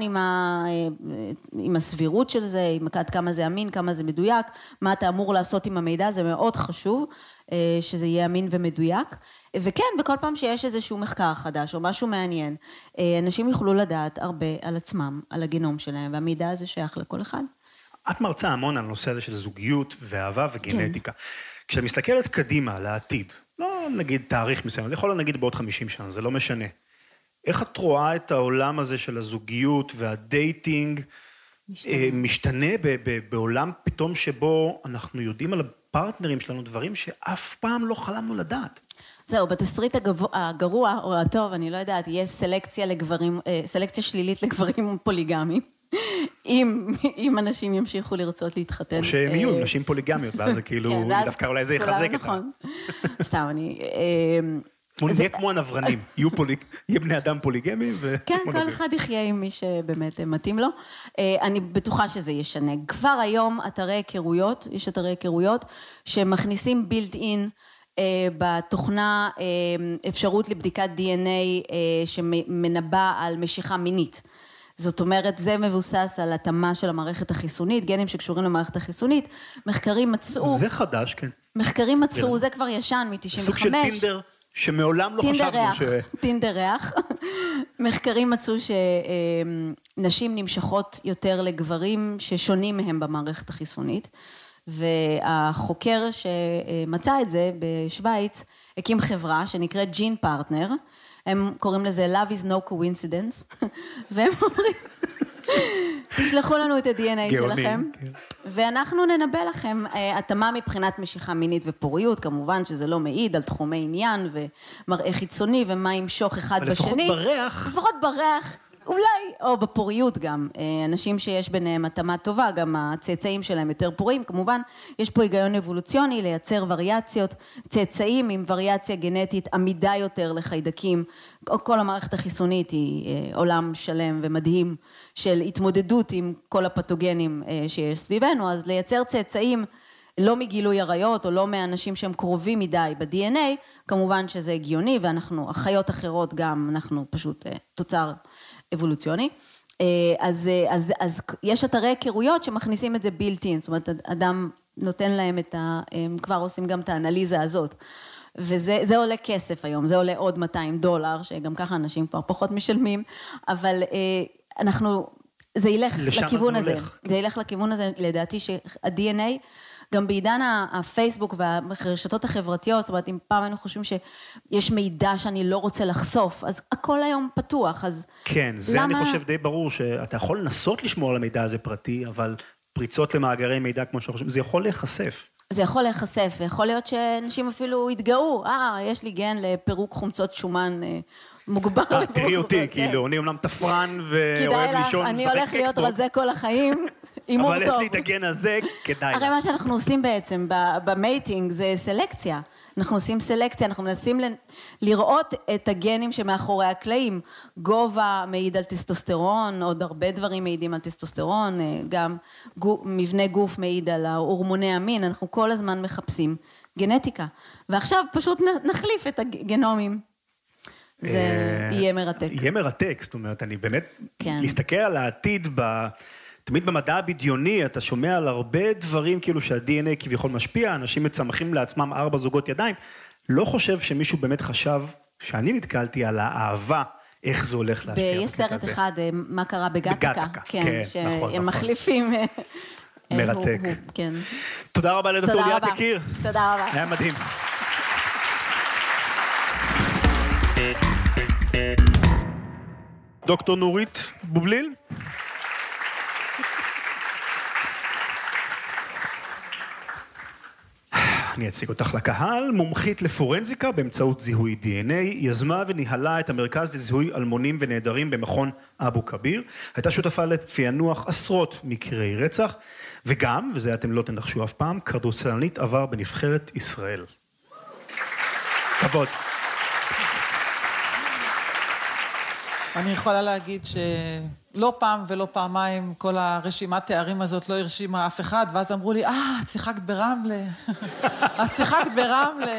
Speaker 4: עם הסבירות של זה, עם עד כמה זה אמין, כמה זה מדויק, מה אתה אמור לעשות עם המידע, זה מאוד חשוב, שזה יהיה אמין ומדויק. וכן, בכל פעם שיש איזשהו מחקר חדש או משהו מעניין, אנשים יוכלו לדעת הרבה על עצמם, על הגנום שלהם, והמידע הזה שייך לכל אחד.
Speaker 1: את מרצה המון על הנושא הזה של זוגיות ואהבה וגנטיקה. כן. כשאת מסתכלת קדימה לעתיד, לא נגיד תאריך מסוים, זה יכול נגיד בעוד 50 שנה, זה לא משנה. איך את רואה את העולם הזה של הזוגיות והדייטינג משתנה בעולם פתאום שבו אנחנו יודעים על הפרטנרים שלנו דברים שאף פעם לא חלמנו לדעת?
Speaker 4: זהו, בתסריט הגרוע או הטוב, אני לא יודעת, יהיה סלקציה שלילית לגברים פוליגמיים. אם אנשים ימשיכו לרצות להתחתן.
Speaker 1: או שהם יהיו נשים פוליגמיות, ואז זה כאילו, דווקא אולי זה יחזק את זה.
Speaker 4: נכון. סתם, אני...
Speaker 1: נהיה כמו הנברנים, יהיה בני אדם פוליגמיים.
Speaker 4: כן, כל אחד יחיה עם מי שבאמת מתאים לו. אני בטוחה שזה ישנה. כבר היום אתרי היכרויות, יש אתרי היכרויות, שמכניסים built in בתוכנה אפשרות לבדיקת DNA שמנבא על משיכה מינית. זאת אומרת, זה מבוסס על התאמה של המערכת החיסונית, גנים שקשורים למערכת החיסונית, מחקרים מצאו...
Speaker 1: זה חדש, כן.
Speaker 4: מחקרים מצאו, זה כבר ישן מ-95.
Speaker 1: סוג של טינדר, שמעולם לא חשבנו ש...
Speaker 4: טינדר ריח. מחקרים מצאו שנשים נמשכות יותר לגברים ששונים מהם במערכת החיסונית, והחוקר שמצא את זה בשוויץ, הקים חברה שנקראת ג'ין פרטנר, הם קוראים לזה Love is no coincidence, והם אומרים, תשלחו לנו את ה-DNA שלכם, ואנחנו ננבא לכם התאמה מבחינת משיכה מינית ופוריות, כמובן שזה לא מעיד על תחומי עניין ומראה חיצוני, ומה ימשוך אחד בשני.
Speaker 1: לפחות בריח.
Speaker 4: לפחות בריח, אולי, או בפוריות גם, אנשים שיש ביניהם התאמה טובה, גם הצאצאים שלהם יותר פוריים, כמובן, יש פה היגיון אבולוציוני לייצר וריאציות, צאצאים עם וריאציה גנטית עמידה יותר לחיידקים, כל המערכת החיסונית היא עולם שלם ומדהים של התמודדות עם כל הפתוגנים שיש סביבנו, אז לייצר צאצאים לא מגילוי עריות או לא מאנשים שהם קרובים מדי ב-DNA, כמובן שזה הגיוני ואנחנו, החיות אחרות גם, אנחנו פשוט תוצר אבולוציוני. אז יש אתרי היכרויות שמכניסים את זה בילט-אין, זאת אומרת, אדם נותן להם הם כבר עושים גם את האנליזה הזאת. וזה עולה כסף היום, זה עולה עוד $200, שגם ככה אנשים כבר פחות משלמים, אבל זה ילך לכיוון הזה. זה ילך לכיוון הזה, לדעתי שה-DNA, גם בעידן הפייסבוק והרשתות החברתיות, זאת אומרת, אם פעם היינו חושבים שיש מידע שאני לא רוצה לחשוף, אז הכל היום פתוח, אז
Speaker 1: כן, זה אני חושב די ברור, שאתה יכול לנסות לשמור על המידע הזה פרטי, אבל פריצות למאגרי מידע, כמו שחושבים, זה יכול להיחשף.
Speaker 4: זה יכול להיחשף, ויכול להיות שאנשים אפילו יתגאו, יש לי גן לפירוק חומצות שומן מוגבר.
Speaker 1: תראי אותי, כאילו, אני אומנם תפרן ואוהב לישון,
Speaker 4: אני הולך להיות רזה כל החיים, אימור טוב.
Speaker 1: אבל יש לי את הגן הזה, כדאי.
Speaker 4: הרי מה שאנחנו עושים בעצם במייטינג זה סלקציה. אנחנו עושים סלקציה, אנחנו מנסים לראות את הגנים שמאחורי הקלעים. גובה מעיד על טסטוסטרון, עוד הרבה דברים מעידים על טסטוסטרון, גם מבנה גוף מעיד על הורמוני המין, אנחנו כל הזמן מחפשים גנטיקה. ועכשיו פשוט נחליף את הגנומים. זה יהיה מרתק.
Speaker 1: יהיה מרתק, זאת אומרת, אני באמת להסתכל על העתיד תמיד במדע הבדיוני, אתה שומע על הרבה דברים כאילו שה-DNA כביכול משפיע, אנשים מצמחים לעצמם 4 זוגות ידיים, לא חושב שמישהו באמת חשב, שאני נתקלתי על האהבה, איך זה הולך להשפיע.
Speaker 4: יש סרט אחד, מה קרה בגטקה,
Speaker 1: כן,
Speaker 4: שהם מחליפים.
Speaker 1: מרתק. תודה רבה לדוקטור ליאת יקיר.
Speaker 4: תודה רבה.
Speaker 1: היה מדהים. דוקטור נורית בובליל. אני אציג אותך לקהל, מומחית לפורנזיקה באמצעות זיהוי DNA, יזמה וניהלה את המרכז לזיהוי אלמונים ונעדרים במכון אבו כביר, הייתה שותפה לפענוח עשרות מקרי רצח, וגם, וזה אתם לא תנחשו אף פעם, כדורסלנית עבר בנבחרת ישראל. כבוד.
Speaker 5: אני יכולה להגיד שלא פעם ולא פעמיים כל הרשימת תארים הזאת לא הרשימה אף אחד, ואז אמרו לי, את שיחקת ברמלה. את שיחקת ברמלה.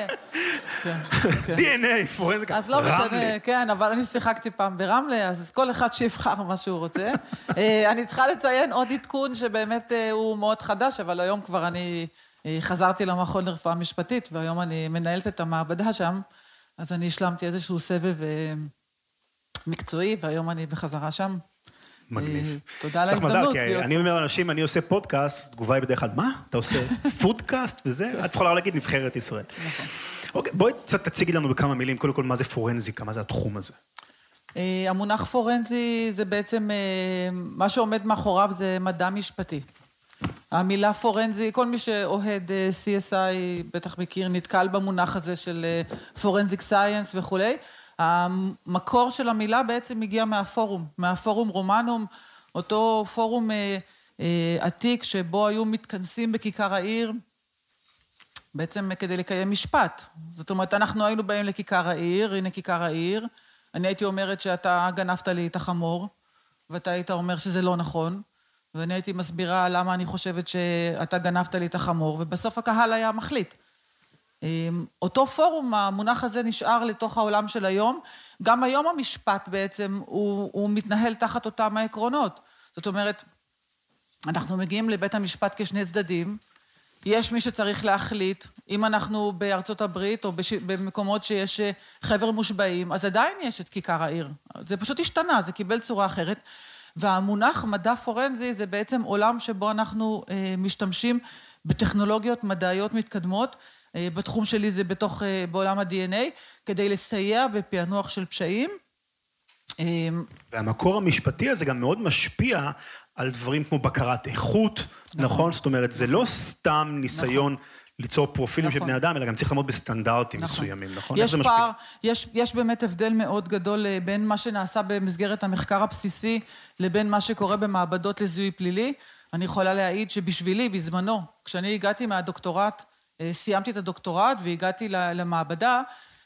Speaker 1: DNA, פורנזיקה.
Speaker 5: אז לא משנה, כן, אבל אני שיחקתי פעם ברמלה, אז כל אחד שיבחר מה שהוא רוצה. אני צריכה לציין עוד עדכון שבאמת הוא מאוד חדש, אבל היום כבר אני חזרתי למכון לרפואה משפטית, והיום אני מנהלת את המעבדה שם, אז אני השלמתי איזשהו סבב מקצועי, והיום אני בחזרה שם.
Speaker 1: מגניב.
Speaker 5: תודה על ההזדמנות.
Speaker 1: אני אומר לאנשים, אני עושה פודקאסט, תגובה היא בדרך כלל, מה? אתה עושה פודקאסט וזה? את יכולה להגיד נבחרת ישראל.
Speaker 5: נכון.
Speaker 1: אוקיי, בואי קצת תציגי לנו בכמה מילים, קודם כל, מה זה פורנזיקה, מה זה התחום הזה?
Speaker 5: המונח פורנזי זה בעצם, מה שעומד מאחוריו זה מדע משפטי. המילה פורנזי, כל מי שאוהד CSI בטח מכיר, נתקל במונח הזה של פורנזיק סייאנס וכולי. המקור של המילה בעצם מגיע מהפורום רומנום, אותו פורום עתיק שבו היו מתכנסים בכיכר העיר, בעצם כדי לקיים משפט. זאת אומרת, אנחנו היינו באים לכיכר העיר, הנה כיכר העיר, אני הייתי אומרת שאתה גנבת לי את החמור, ואתה היית אומר שזה לא נכון, ואני הייתי מסבירה למה אני חושבת שאתה גנבת לי את החמור, ובסוף הקהל היה מחליט. אותו פורום, המונח הזה נשאר לתוך העולם של היום, גם היום המשפט בעצם הוא מתנהל תחת אותם העקרונות. זאת אומרת, אנחנו מגיעים לבית המשפט כשני צדדים, יש מי שצריך להחליט, אם אנחנו בארצות הברית או במקומות שיש חבר מושבעים, אז עדיין יש את כיכר העיר. זה פשוט השתנה, זה קיבל צורה אחרת, והמונח מדע פורנזי זה בעצם עולם שבו אנחנו משתמשים בטכנולוגיות מדעיות מתקדמות, בתחום שלי זה בעולם ה-DNA, כדי לסייע בפענוח של פשעים.
Speaker 1: והמקור המשפטי הזה גם מאוד משפיע על דברים כמו בקרת איכות, נכון? זאת אומרת, זה לא סתם ניסיון ליצור פרופילים של בני אדם, אלא גם צריך לעמוד בסטנדרטים מסוימים, נכון?
Speaker 5: יש פער, יש באמת הבדל מאוד גדול בין מה שנעשה במסגרת המחקר הבסיסי, לבין מה שקורה במעבדות לזיהוי פלילי. אני יכולה להעיד שבשבילי, בזמנו, כשאני הגעתי מהדוקטורט, סיימתי את הדוקטורט והגעתי למעבדה,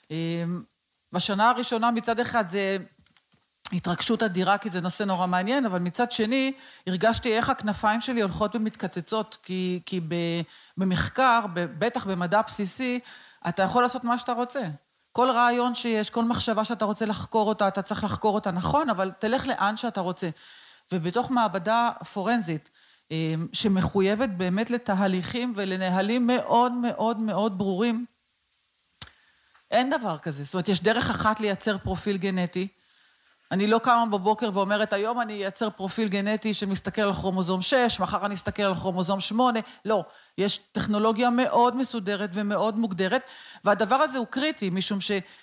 Speaker 5: בשנה הראשונה מצד אחד זה התרגשות אדירה, כי זה נושא נורא מעניין, אבל מצד שני הרגשתי איך הכנפיים שלי הולכות ומתקצצות, כי במחקר, בטח במדע בסיסי, אתה יכול לעשות מה שאתה רוצה. כל רעיון שיש, כל מחשבה שאתה רוצה לחקור אותה, אתה צריך לחקור אותה, נכון, אבל תלך לאן שאתה רוצה. ובתוך מעבדה פורנזית, שמחויבת באמת לתהליכים ולנהלים מאוד מאוד מאוד ברורים, אין דבר כזה. זאת אומרת, יש דרך אחת לייצר פרופיל גנטי. אני לא קמה בבוקר ואומרת, היום אני אייצר פרופיל גנטי שמסתכל על כרומוזום 6, מחר אני אסתכל על כרומוזום 8. לא, יש טכנולוגיה מאוד מסודרת ומאוד מוגדרת, והדבר הזה הוא קריטי, משום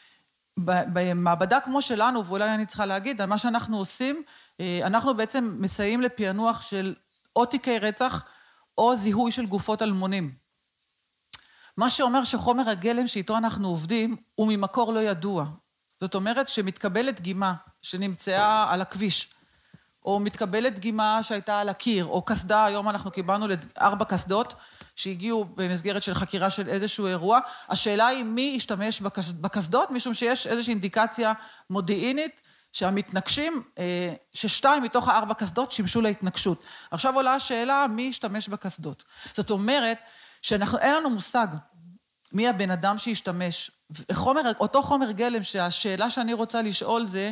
Speaker 5: שבמעבדה כמו שלנו, ואולי אני צריכה להגיד, מה שאנחנו עושים, אנחנו בעצם מסייעים לפענוח של או תיקי רצח, או זיהוי של גופות אלמונים. מה שאומר שחומר הגלם שאיתו אנחנו עובדים, הוא ממקור לא ידוע. זאת אומרת שמתקבלת דגימה שנמצאה על הכביש, או מתקבלת דגימה שהייתה על הקיר, או קסדה, היום אנחנו קיבלנו 4 קסדות, שהגיעו במסגרת של חקירה של איזשהו אירוע. השאלה היא מי ישתמש בקסדות, משום שיש איזושהי אינדיקציה מודיעינית, שהמתנגשים, ש2 מתוך 4 קסדות שימשו להתנגשות. עכשיו עולה השאלה, מי ישתמש בקסדות? זאת אומרת, שאין לנו מושג מי הבן אדם שישתמש. אותו חומר גלם, שהשאלה שאני רוצה לשאול זה,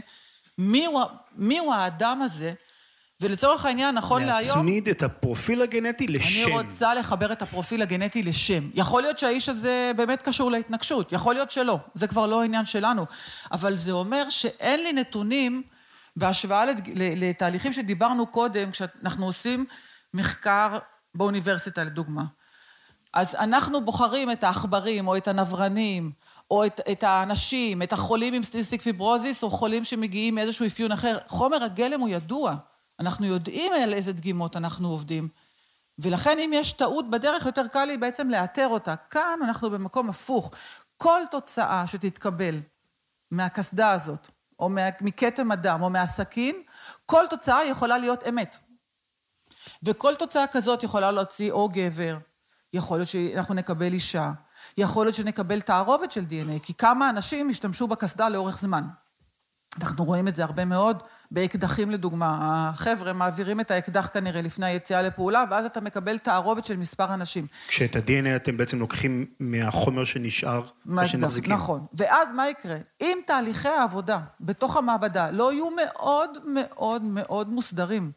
Speaker 5: מי הוא האדם הזה? ולצורך העניין, נכון להיום...
Speaker 1: להצמיד את הפרופיל הגנטי לשם.
Speaker 5: אני רוצה לחבר את הפרופיל הגנטי לשם. יכול להיות שהאיש הזה באמת קשור להתנגשות, יכול להיות שלא, זה כבר לא העניין שלנו. אבל זה אומר שאין לי נתונים, בהשוואה לתהליכים שדיברנו קודם, כשאנחנו עושים מחקר באוניברסיטה לדוגמה. אז אנחנו בוחרים את העכברים, או את הנברנים, או את האנשים, את החולים עם סיסטיק פיברוזיס, או חולים שמגיעים מאיזשהו אפיון אחר. חומר הגלם הוא ידוע. אנחנו יודעים על איזה דגימות אנחנו עובדים. ולכן אם יש טעות בדרך, יותר קל לי בעצם לאתר אותה. כאן אנחנו במקום הפוך. כל תוצאה שתתקבל מהקסדה הזאת, או מכתם הדם, או מהסכין, כל תוצאה יכולה להיות אמת. וכל תוצאה כזאת יכולה להוציא או גבר, יכול להיות שאנחנו נקבל אישה, יכול להיות שנקבל תערובת של DNA, כי כמה אנשים השתמשו בקסדה לאורך זמן. אנחנו רואים את זה הרבה מאוד באקדחים לדוגמה. החבר'ה מעבירים את האקדח כנראה לפני היציאה לפעולה, ואז אתה מקבל תערובת של מספר אנשים.
Speaker 1: כשאת ה-DNA אתם בעצם לוקחים מהחומר שנשאר ושנחזיקים.
Speaker 5: נכון. ואז מה יקרה? אם תהליכי העבודה בתוך המעבדה לא יהיו מאוד מאוד מאוד מוסדרים,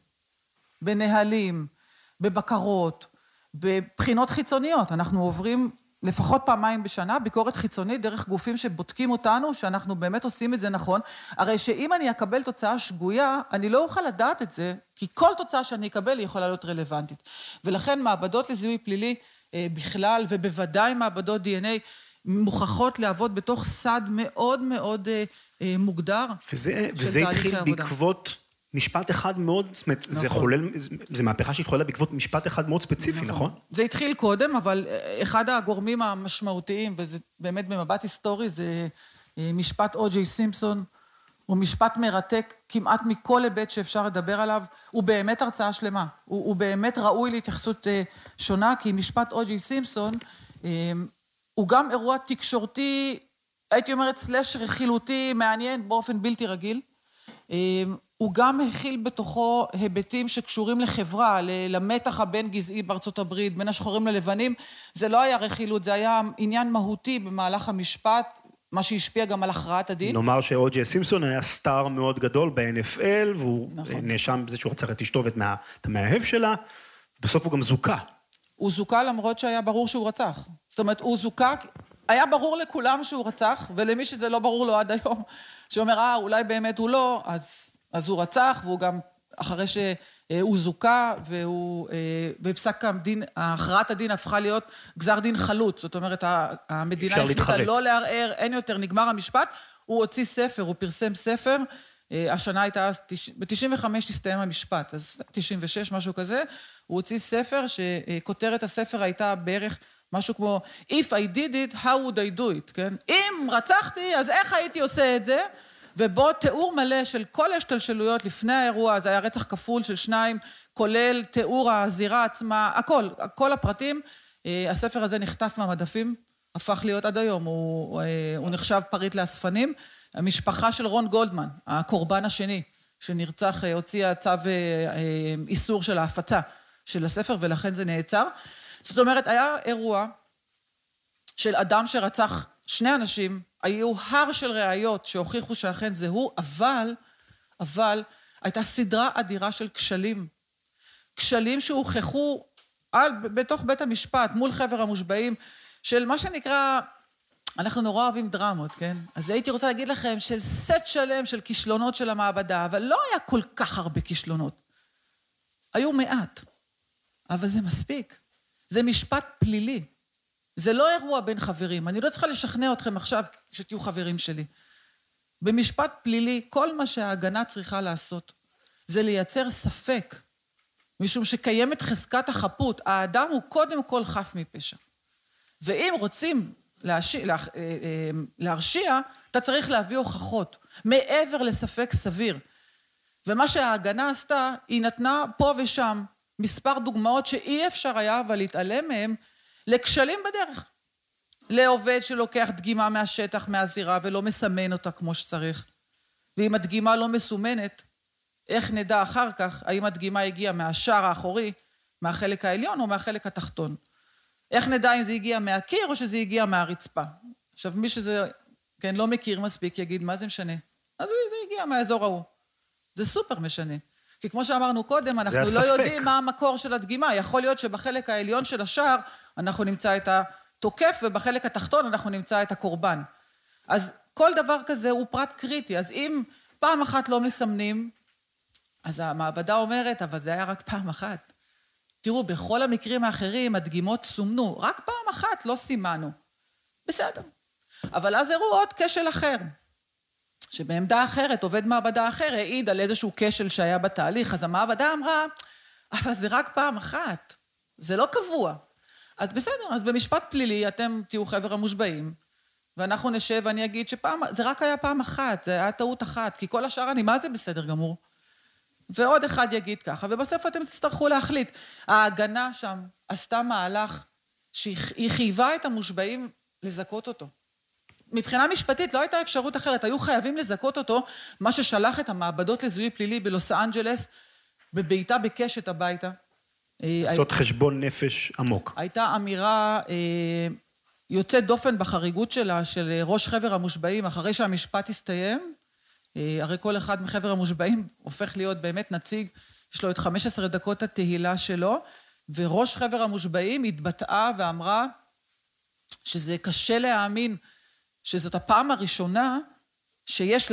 Speaker 5: בנהלים, בבקרות, בבחינות חיצוניות, אנחנו עוברים לפחות פעמיים בשנה, ביקורת חיצונית דרך גופים שבודקים אותנו, שאנחנו באמת עושים את זה נכון, הרי שאם אני אקבל תוצאה שגויה, אני לא אוכל לדעת את זה, כי כל תוצאה שאני אקבל היא יכולה להיות רלוונטית. ולכן מעבדות לזיהוי פלילי בכלל, ובוודאי מעבדות DNA, מוכחות לעבוד בתוך סד מאוד מאוד מוגדר.
Speaker 1: וזה התחיל בעקבות משפט אחד מאוד, זאת אומרת, זה מהפכה שהתחולה בעקבות משפט אחד מאוד ספציפי, נכון?
Speaker 5: זה התחיל קודם, אבל אחד הגורמים המשמעותיים, וזה באמת במבט היסטורי, זה משפט או.ג'יי סימפסון, הוא משפט מרתק כמעט מכל היבט שאפשר לדבר עליו, הוא באמת הרצאה שלמה, הוא באמת ראוי להתייחסות שונה, כי משפט או.ג'יי סימפסון, הוא גם אירוע תקשורתי, הייתי אומרת סלש רכילותי, מעניין באופן בלתי רגיל, הוא גם הכיל בתוכו היבטים שקשורים לחברה, למתח הבין גזעי בארצות הברית, בין השחורים ללבנים, זה לא היה רכילות, זה היה עניין מהותי במהלך המשפט, מה שהשפיע גם על הכרעת הדין.
Speaker 1: נאמר שאו.ג'יי סימפסון היה סטאר מאוד גדול ב-NFL, והוא נאשם בזה שהוא רצח את אשתו ואת המאהב שלה, בסוף הוא גם זוכה.
Speaker 5: הוא זוכה למרות שהיה ברור שהוא רצח. זאת אומרת, הוא זוכה, היה ברור לכולם שהוא רצח, ולמי שזה לא ברור לו עד היום, שאומר, אולי באמת הוא לא, אז הוא רצח, והוא גם, אחרי שהוא זוכה, בפסק הדין, הכרעת הדין הפכה להיות גזר דין חלוט, זאת אומרת, המדינה החליטה לא לערער, אין יותר, נגמר המשפט, הוא הוציא ספר, הוא פרסם ספר, השנה הייתה, ב-95 הסתיים המשפט, אז 96, משהו כזה, הוא הוציא ספר, שכותרת הספר הייתה בערך משהו כמו, if I did it, how would I do it, כן? אם רצחתי, אז איך הייתי עושה את זה? ובו תיאור מלא של כל השתלשלויות לפני האירוע, זה היה רצח כפול של 2, כולל תיאור הזירה עצמה, כל הפרטים. הספר הזה נחטף מהמדפים, הפך להיות עד היום, הוא נחשב פריט לאספנים. המשפחה של רון גולדמן, הקורבן השני, שנרצח, הוציאה צו איסור של ההפצה של הספר, ולכן זה נעצר. זאת אומרת, היה אירוע של אדם שרצח 2 אנשים, היו הר של ראיות שהוכיחו שאכן זה הוא, אבל הייתה סדרה אדירה של כשלים שהוכחו בתוך בית המשפט, מול חבר המושבעים, של מה שנקרא, אנחנו נורא אוהבים דרמות, כן? אז הייתי רוצה להגיד לכם של סט שלם של כישלונות של המעבדה, אבל לא היה כל כך הרבה כישלונות. היו מעט, אבל זה מספיק. זה משפט פלילי. זה לא אירוע בין חברים. אני לא צריכה לשכנע אתכם עכשיו שתהיו חברים שלי. במשפט פלילי, כל מה שההגנה צריכה לעשות, זה לייצר ספק, משום שקיימת חזקת החפות. האדם הוא קודם כל חף מפשע. ואם רוצים להרשיע, אתה צריך להביא הוכחות, מעבר לספק סביר. ומה שההגנה עשתה, היא נתנה פה ושם מספר דוגמאות שאי אפשר היה אבל להתעלם מהם, לכשלים בדרך. לעובד שלוקח דגימה מהשטח, מהזירה, ולא מסמן אותה כמו שצריך. ואם הדגימה לא מסומנת, איך נדע אחר כך, האם הדגימה הגיעה מהשער האחורי, מהחלק העליון או מהחלק התחתון. איך נדע אם זה הגיע מהקיר או שזה הגיע מהרצפה. עכשיו, מי שזה, כן, לא מכיר מספיק, יגיד, מה זה משנה? אז זה הגיע מהאזור ההוא. זה סופר משנה. כי כמו שאמרנו קודם, אנחנו לא יודעים מה המקור של הדגימה. יכול להיות שבחלק העליון של השער, אנחנו נמצא את התוקף, ובחלק התחתון אנחנו נמצא את הקורבן. אז כל דבר כזה הוא פרט קריטי. אז אם פעם אחת לא מסמנים, אז המעבדה אומרת, אבל זה היה רק פעם אחת. תראו, בכל המקרים האחרים הדגימות סומנו, רק פעם אחת לא סימנו. בסדר. אבל אז הראו עוד כשל אחר, שבעמדה אחרת, עובד מעבדה אחר, העיד על איזשהו כשל שהיה בתהליך, אז המעבדה אמרה, אבל זה רק פעם אחת, זה לא קבוע. אז בסדר, אז במשפט פלילי אתם תהיו חבר המושבעים, ואנחנו נשב ואני אגיד זה רק היה פעם אחת, זה היה טעות אחת, כי כל השאר אני, מה זה בסדר גמור? ועוד אחד יגיד ככה, ובסוף אתם תצטרכו להחליט. ההגנה שם עשתה מהלך שהיא חייבה את המושבעים לזכות אותו. מבחינה משפטית לא הייתה אפשרות אחרת, היו חייבים לזכות אותו, מה ששלח את המעבדות לזיהוי פלילי בלוס אנג'לס, בביתה בקשת הביתה.
Speaker 1: לעשות חשבון נפש עמוק.
Speaker 5: הייתה אמירה יוצאת דופן בחריגות שלה, של ראש חבר המושבעים, אחרי שהמשפט הסתיים, הרי כל אחד מחבר המושבעים הופך להיות באמת נציג, יש לו את 15 דקות התהילה שלו, וראש חבר המושבעים התבטאה ואמרה שזה קשה להאמין, שזאת הפעם הראשונה שיש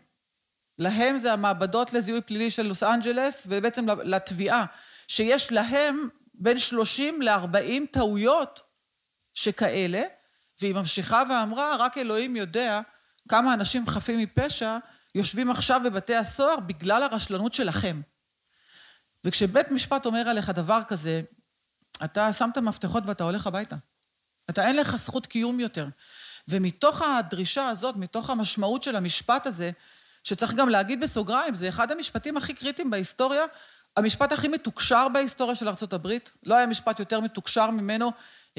Speaker 5: להם זה המעבדות לזיהוי פלילי של לוס אנג'לס, ובעצם לתביעה, שיש להם בין 30 ל-40 טעויות שכאלה, והיא ממשיכה ואמרה, רק אלוהים יודע כמה אנשים חפים מפשע יושבים עכשיו בבתי הסוהר בגלל הרשלנות שלכם. וכשבית משפט אומר עליך דבר כזה, אתה שם את המפתחות ואתה הולך הביתה. אתה אין לך זכות קיום יותר. ומתוך הדרישה הזאת, מתוך המשמעות של המשפט הזה, שצריך גם להגיד בסוגריים, זה אחד המשפטים הכי קריטיים בהיסטוריה, המשפט הכי מתוקשר בהיסטוריה של ארצות הברית, לא היה משפט יותר מתוקשר ממנו,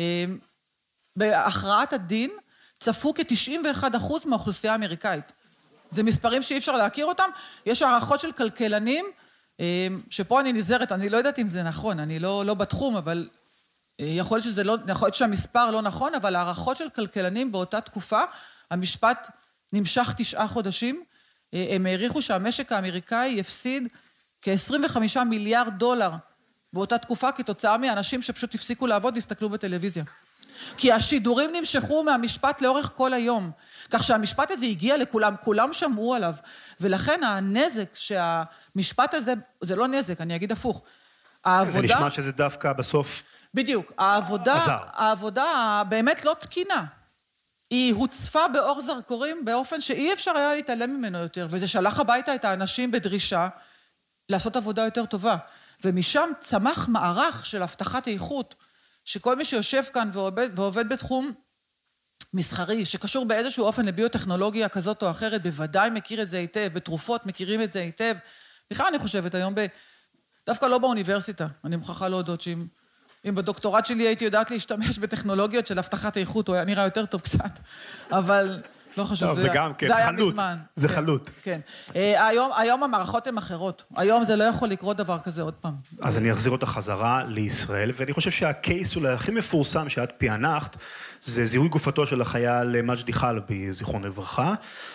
Speaker 5: בהכרעת הדין, צפו כ-91% מהאוכלוסייה האמריקאית. זה מספרים שאי אפשר להכיר אותם, יש הערכות של כלכלנים, שפה אני נזהרת, אני לא יודעת אם זה נכון, אני לא בתחום, אבל יכול להיות שהמספר לא נכון, אבל הערכות של כלכלנים באותה תקופה, המשפט נמשך 9 חודשים, הם העריכו שהמשק האמריקאי יפסיד כ-$25 מיליארד באותה תקופה, כתוצאה מהאנשים שפשוט הפסיקו לעבוד והסתכלו בטלוויזיה. כי השידורים נמשכו מהמשפט לאורך כל היום, כך שהמשפט הזה הגיע לכולם, כולם שמעו עליו, ולכן הנזק שהמשפט הזה, זה לא נזק, אני אגיד הפוך.
Speaker 1: זה נשמע שזה דווקא בסוף
Speaker 5: בדיוק, העבודה באמת לא תקינה, היא הוצפה באור זרקורים באופן שאי אפשר היה להתעלם ממנו יותר, וזה שלח הביתה את האנשים בדרישה לעשות עבודה יותר טובה, ומשם צמח מערך של הבטחת איכות, שכל מי שיושב כאן ועובד בתחום מסחרי, שקשור באיזשהו אופן לביוטכנולוגיה כזאת או אחרת, בוודאי מכיר את זה היטב, בתרופות מכירים את זה היטב. בכלל אני חושבת היום, דווקא לא באוניברסיטה, אני מוכרחה להודות שאם בדוקטורט שלי הייתי יודעת להשתמש בטכנולוגיות של הבטחת איכות, הוא היה נראה יותר טוב קצת, אבל לא חשוב,
Speaker 1: זה גם, כן,
Speaker 5: היה
Speaker 1: חלוט,
Speaker 5: מזמן.
Speaker 1: זה
Speaker 5: כן,
Speaker 1: חלוט.
Speaker 5: כן. היום המערכות הן אחרות, היום זה לא יכול לקרות דבר כזה עוד פעם.
Speaker 1: אז אני אחזיר אותה חזרה לישראל, ואני חושב שהקייס אולי הכי מפורסם שאת פענחת, זה זיהוי גופתו של החייל מג'די חלבי, זיכרון לברכה,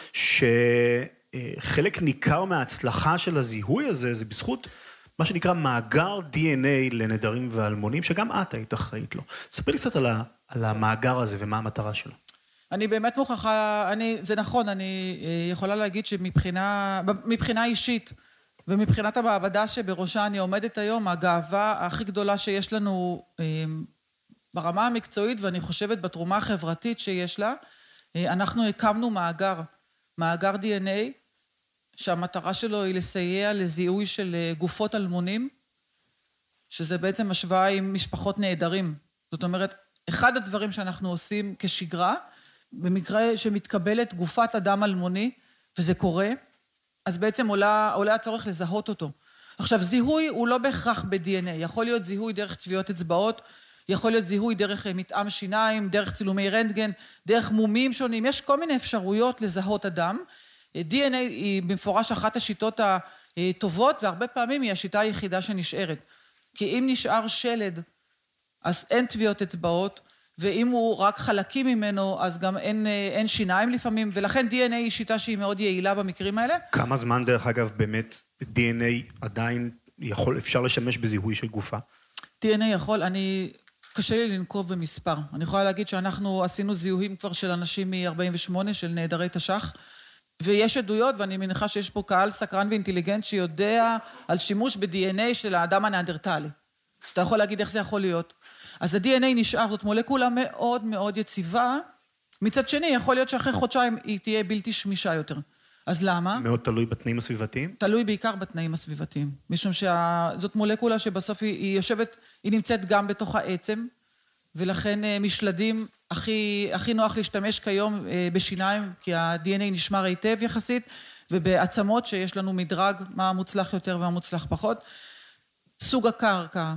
Speaker 1: שחלק ניכר מההצלחה של הזיהוי הזה, זה בזכות מה שנקרא מאגר DNA לנדרים ואלמונים, שגם את היית אחראית לו. ספר לי קצת על המאגר הזה ומה המטרה שלו.
Speaker 5: אני באמת מוכרחה, זה נכון, אני יכולה להגיד שמבחינה אישית, ומבחינת המעבדה שבראשה אני עומדת היום, הגאווה הכי גדולה שיש לנו ברמה המקצועית, ואני חושבת בתרומה החברתית שיש לה, אנחנו הקמנו מאגר DNA, שהמטרה שלו היא לסייע לזיהוי של גופות אלמונים, שזה בעצם השוואה עם משפחות נעדרים. זאת אומרת, אחד הדברים שאנחנו עושים כשגרה, במקרה שמתקבלת גופת אדם אלמוני, וזה קורה, אז בעצם עולה הצורך לזהות אותו. עכשיו, זיהוי הוא לא בהכרח ב-DNA, יכול להיות זיהוי דרך טביעות אצבעות, יכול להיות זיהוי דרך מטעם שיניים, דרך צילומי רנטגן, דרך מומים שונים, יש כל מיני אפשרויות לזהות אדם. DNA היא במפורש אחת השיטות הטובות, והרבה פעמים היא השיטה היחידה שנשארת. כי אם נשאר שלד, אז אין טביעות אצבעות, ואם הוא רק חלקים ממנו, אז גם אין שיניים לפעמים, ולכן DNA היא שיטה שהיא מאוד יעילה במקרים האלה.
Speaker 1: כמה זמן דרך אגב באמת DNA עדיין אפשר לשמש בזיהוי של גופה?
Speaker 5: DNA יכול, קשה לי לנקוב במספר. אני יכולה להגיד שאנחנו עשינו זיהויים כבר של אנשים מ-48, של נעדרי תש"ח, ויש עדויות, ואני מניחה שיש פה קהל סקרן ואינטליגנט שיודע על שימוש ב-DNA של האדם הנאנדרטלי. אז אתה יכול להגיד איך זה יכול להיות. אז ה-DNA נשאר, זאת מולקולה מאוד מאוד יציבה, מצד שני יכול להיות שאחרי חודשיים היא תהיה בלתי שמישה יותר. אז למה?
Speaker 1: מאוד תלוי בתנאים הסביבתיים?
Speaker 5: תלוי בעיקר בתנאים הסביבתיים, משום שזאת מולקולה שבסוף היא יושבת, היא נמצאת גם בתוך העצם, ולכן משלדים הכי נוח להשתמש כיום בשיניים, כי ה-DNA נשמר היטב יחסית, ובעצמות שיש לנו מדרג, מה מוצלח יותר ומה מוצלח פחות. סוג הקרקע,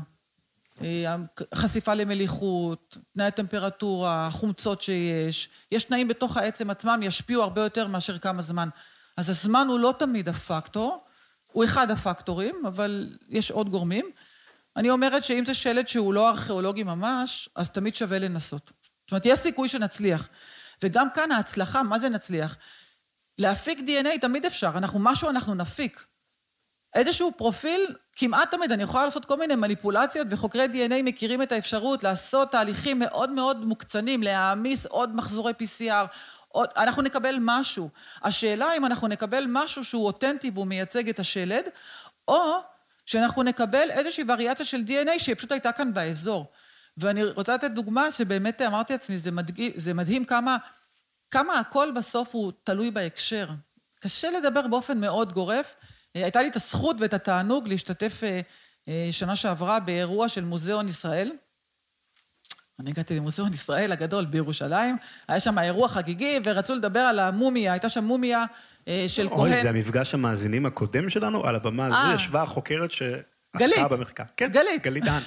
Speaker 5: חשיפה למליחות, תנאי טמפרטורה, חומצות יש תנאים בתוך העצם עצמם, ישפיעו הרבה יותר מאשר כמה זמן. אז הזמן הוא לא תמיד הפקטור, הוא אחד הפקטורים, אבל יש עוד גורמים. אני אומרת שאם זה שלד שהוא לא ארכיאולוגי ממש, אז תמיד שווה לנסות. זאת אומרת, יש סיכוי שנצליח. וגם כאן ההצלחה, מה זה נצליח? להפיק DNA תמיד אפשר, אנחנו נפיק. איזשהו פרופיל, כמעט תמיד, אני יכולה לעשות כל מיני מניפולציות, וחוקרי DNA מכירים את האפשרות לעשות תהליכים מאוד מאוד מוקצנים, להעמיס עוד מחזורי PCR, אנחנו נקבל משהו. השאלה אם אנחנו נקבל משהו שהוא אותנטי והוא מייצג את השלד, או שאנחנו נקבל איזושהי וריאציה של DNA שהיא פשוט הייתה כאן באזור. ואני רוצה לתת דוגמה שבאמת אמרתי לעצמי, זה מדהים כמה הכל בסוף הוא תלוי בהקשר. קשה לדבר באופן מאוד גורף. הייתה לי את הזכות ואת התענוג להשתתף שנה שעברה באירוע של מוזיאון ישראל. אני הגעתי למוזיאון ישראל הגדול בירושלים, היה שם אירוע חגיגי ורצו לדבר על המומיה, הייתה שם מומיה של כהן.
Speaker 1: אוי, זה המפגש המאזינים הקודם שלנו, על הבמה הזו ישבה החוקרת שעסקה במחקר. כן,
Speaker 5: גלית.
Speaker 1: גלית דהן.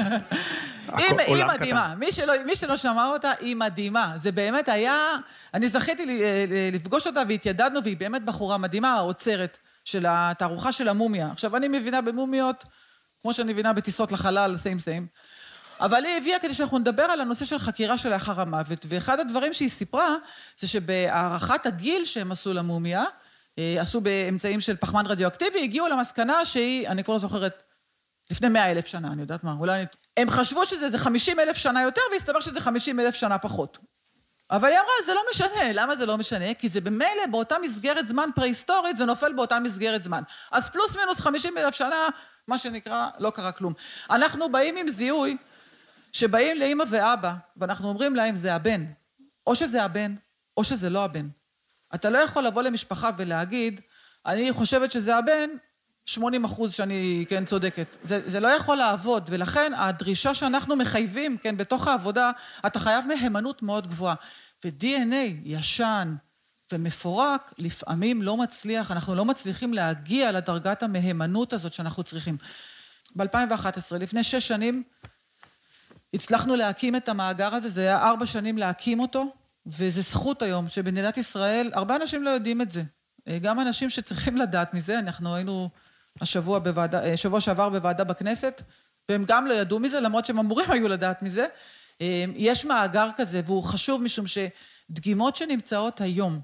Speaker 5: היא מדהימה, מי שלא שמע אותה, היא מדהימה. זה באמת היה, אני זכיתי לפגוש אותה והתיידדנו, והיא באמת בחורה מדהימה, האוצרת של התערוכה של המומיה. עכשיו, אני מבינה במומיות, כמו שאני מבינה בטיסות לחלל, סיים. אבל היא הביאה כדי שאנחנו נדבר על הנושא של חקירה שלאחר המוות, ואחד הדברים שהיא סיפרה, זה שבהערכת הגיל שהם עשו למומיה, עשו באמצעים של פחמן רדיואקטיבי, הגיעו למסקנה שהיא, אני כבר לא זוכרת, לפני 100,000 שנה, אני יודעת מה, אולי הם חשבו שזה 50,000 שנה יותר, והסתבר שזה 50,000 שנה פחות. אבל היא אמרה, זה לא משנה. למה זה לא משנה? כי זה במילא באותה מסגרת זמן פרה-היסטורית, זה נופל באותה מסגרת זמן. אז פלוס מינוס 50,000 שנה, מה שנקרא, לא קרה כלום. אנחנו באים עם זיהוי, שבאים לאמא ואבא, ואנחנו אומרים להם, זה הבן. או שזה הבן, או שזה לא הבן. אתה לא יכול לבוא למשפחה ולהגיד, אני חושבת שזה הבן, 80% שאני, כן, צודקת. זה לא יכול לעבוד, ולכן הדרישה שאנחנו מחייבים, כן, בתוך העבודה, אתה חייב מהימנות מאוד גבוהה. ו-DNA ישן ומפורק, לפעמים לא מצליח, אנחנו לא מצליחים להגיע לדרגת המהימנות הזאת שאנחנו צריכים. ב-2011, לפני 6 שנים, הצלחנו להקים את המאגר הזה, זה היה 4 שנים להקים אותו, וזה זכות היום שבמדינת ישראל, הרבה אנשים לא יודעים את זה. גם אנשים שצריכים לדעת מזה, אנחנו היינו שבוע שעבר בוועדה בכנסת, והם גם לא ידעו מזה, למרות שהם אמורים היו לדעת מזה. יש מאגר כזה, והוא חשוב משום שדגימות שנמצאות היום,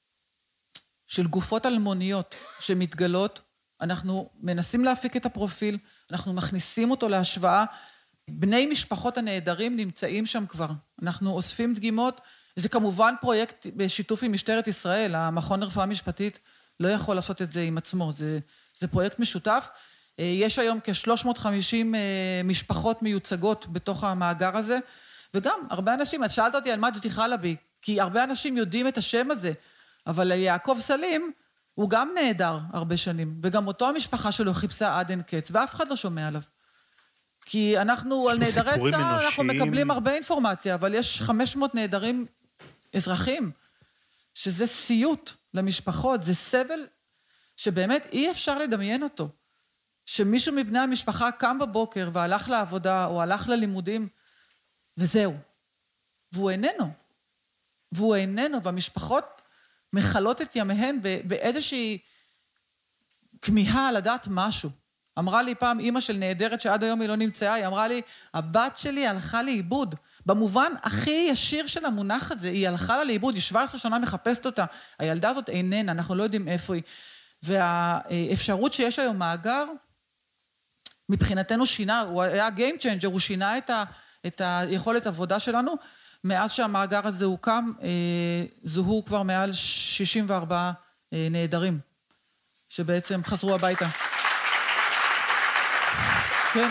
Speaker 5: של גופות אלמוניות שמתגלות, אנחנו מנסים להפיק את הפרופיל, אנחנו מכניסים אותו להשוואה, בני משפחות הנעדרים נמצאים שם כבר, אנחנו אוספים דגימות, זה כמובן פרויקט בשיתוף עם משטרת ישראל, המכון לרפואה משפטית לא יכול לעשות את זה עם עצמו, זה פרויקט משותף, יש היום כ-350 משפחות מיוצגות בתוך המאגר הזה, וגם הרבה אנשים, את שאלת אותי על מג'די חלבי, כי הרבה אנשים יודעים את השם הזה, אבל יעקב סלים הוא גם נעדר הרבה שנים, וגם אותו המשפחה שלו חיפשה עד אין קץ, ואף אחד לא שומע עליו. כי אנחנו על נעדרי צה"ל, אנחנו מקבלים הרבה אינפורמציה, אבל יש 500 נעדרים אזרחים, שזה סיוט למשפחות, זה סבל שבאמת אי אפשר לדמיין אותו. שמישהו מבני המשפחה קם בבוקר והלך לעבודה או הלך ללימודים, וזהו. והוא איננו, והמשפחות מחלות את ימיהן באיזושהי כמיהה לדעת משהו. אמרה לי פעם אמא של נעדרת שעד היום היא לא נמצאה, היא אמרה לי, הבת שלי הלכה לאיבוד. במובן הכי ישיר של המונח הזה, היא הלכה לה לאיבוד, היא 17 שנה מחפשת אותה. הילדה הזאת איננה, אנחנו לא יודעים איפה היא. והאפשרות שיש היום מאגר, מבחינתנו שינה, הוא היה game changer, הוא שינה את היכולת עבודה שלנו. מאז שהמאגר הזה הוקם, זוהו כבר מעל 64 נעדרים, שבעצם חזרו הביתה. כן.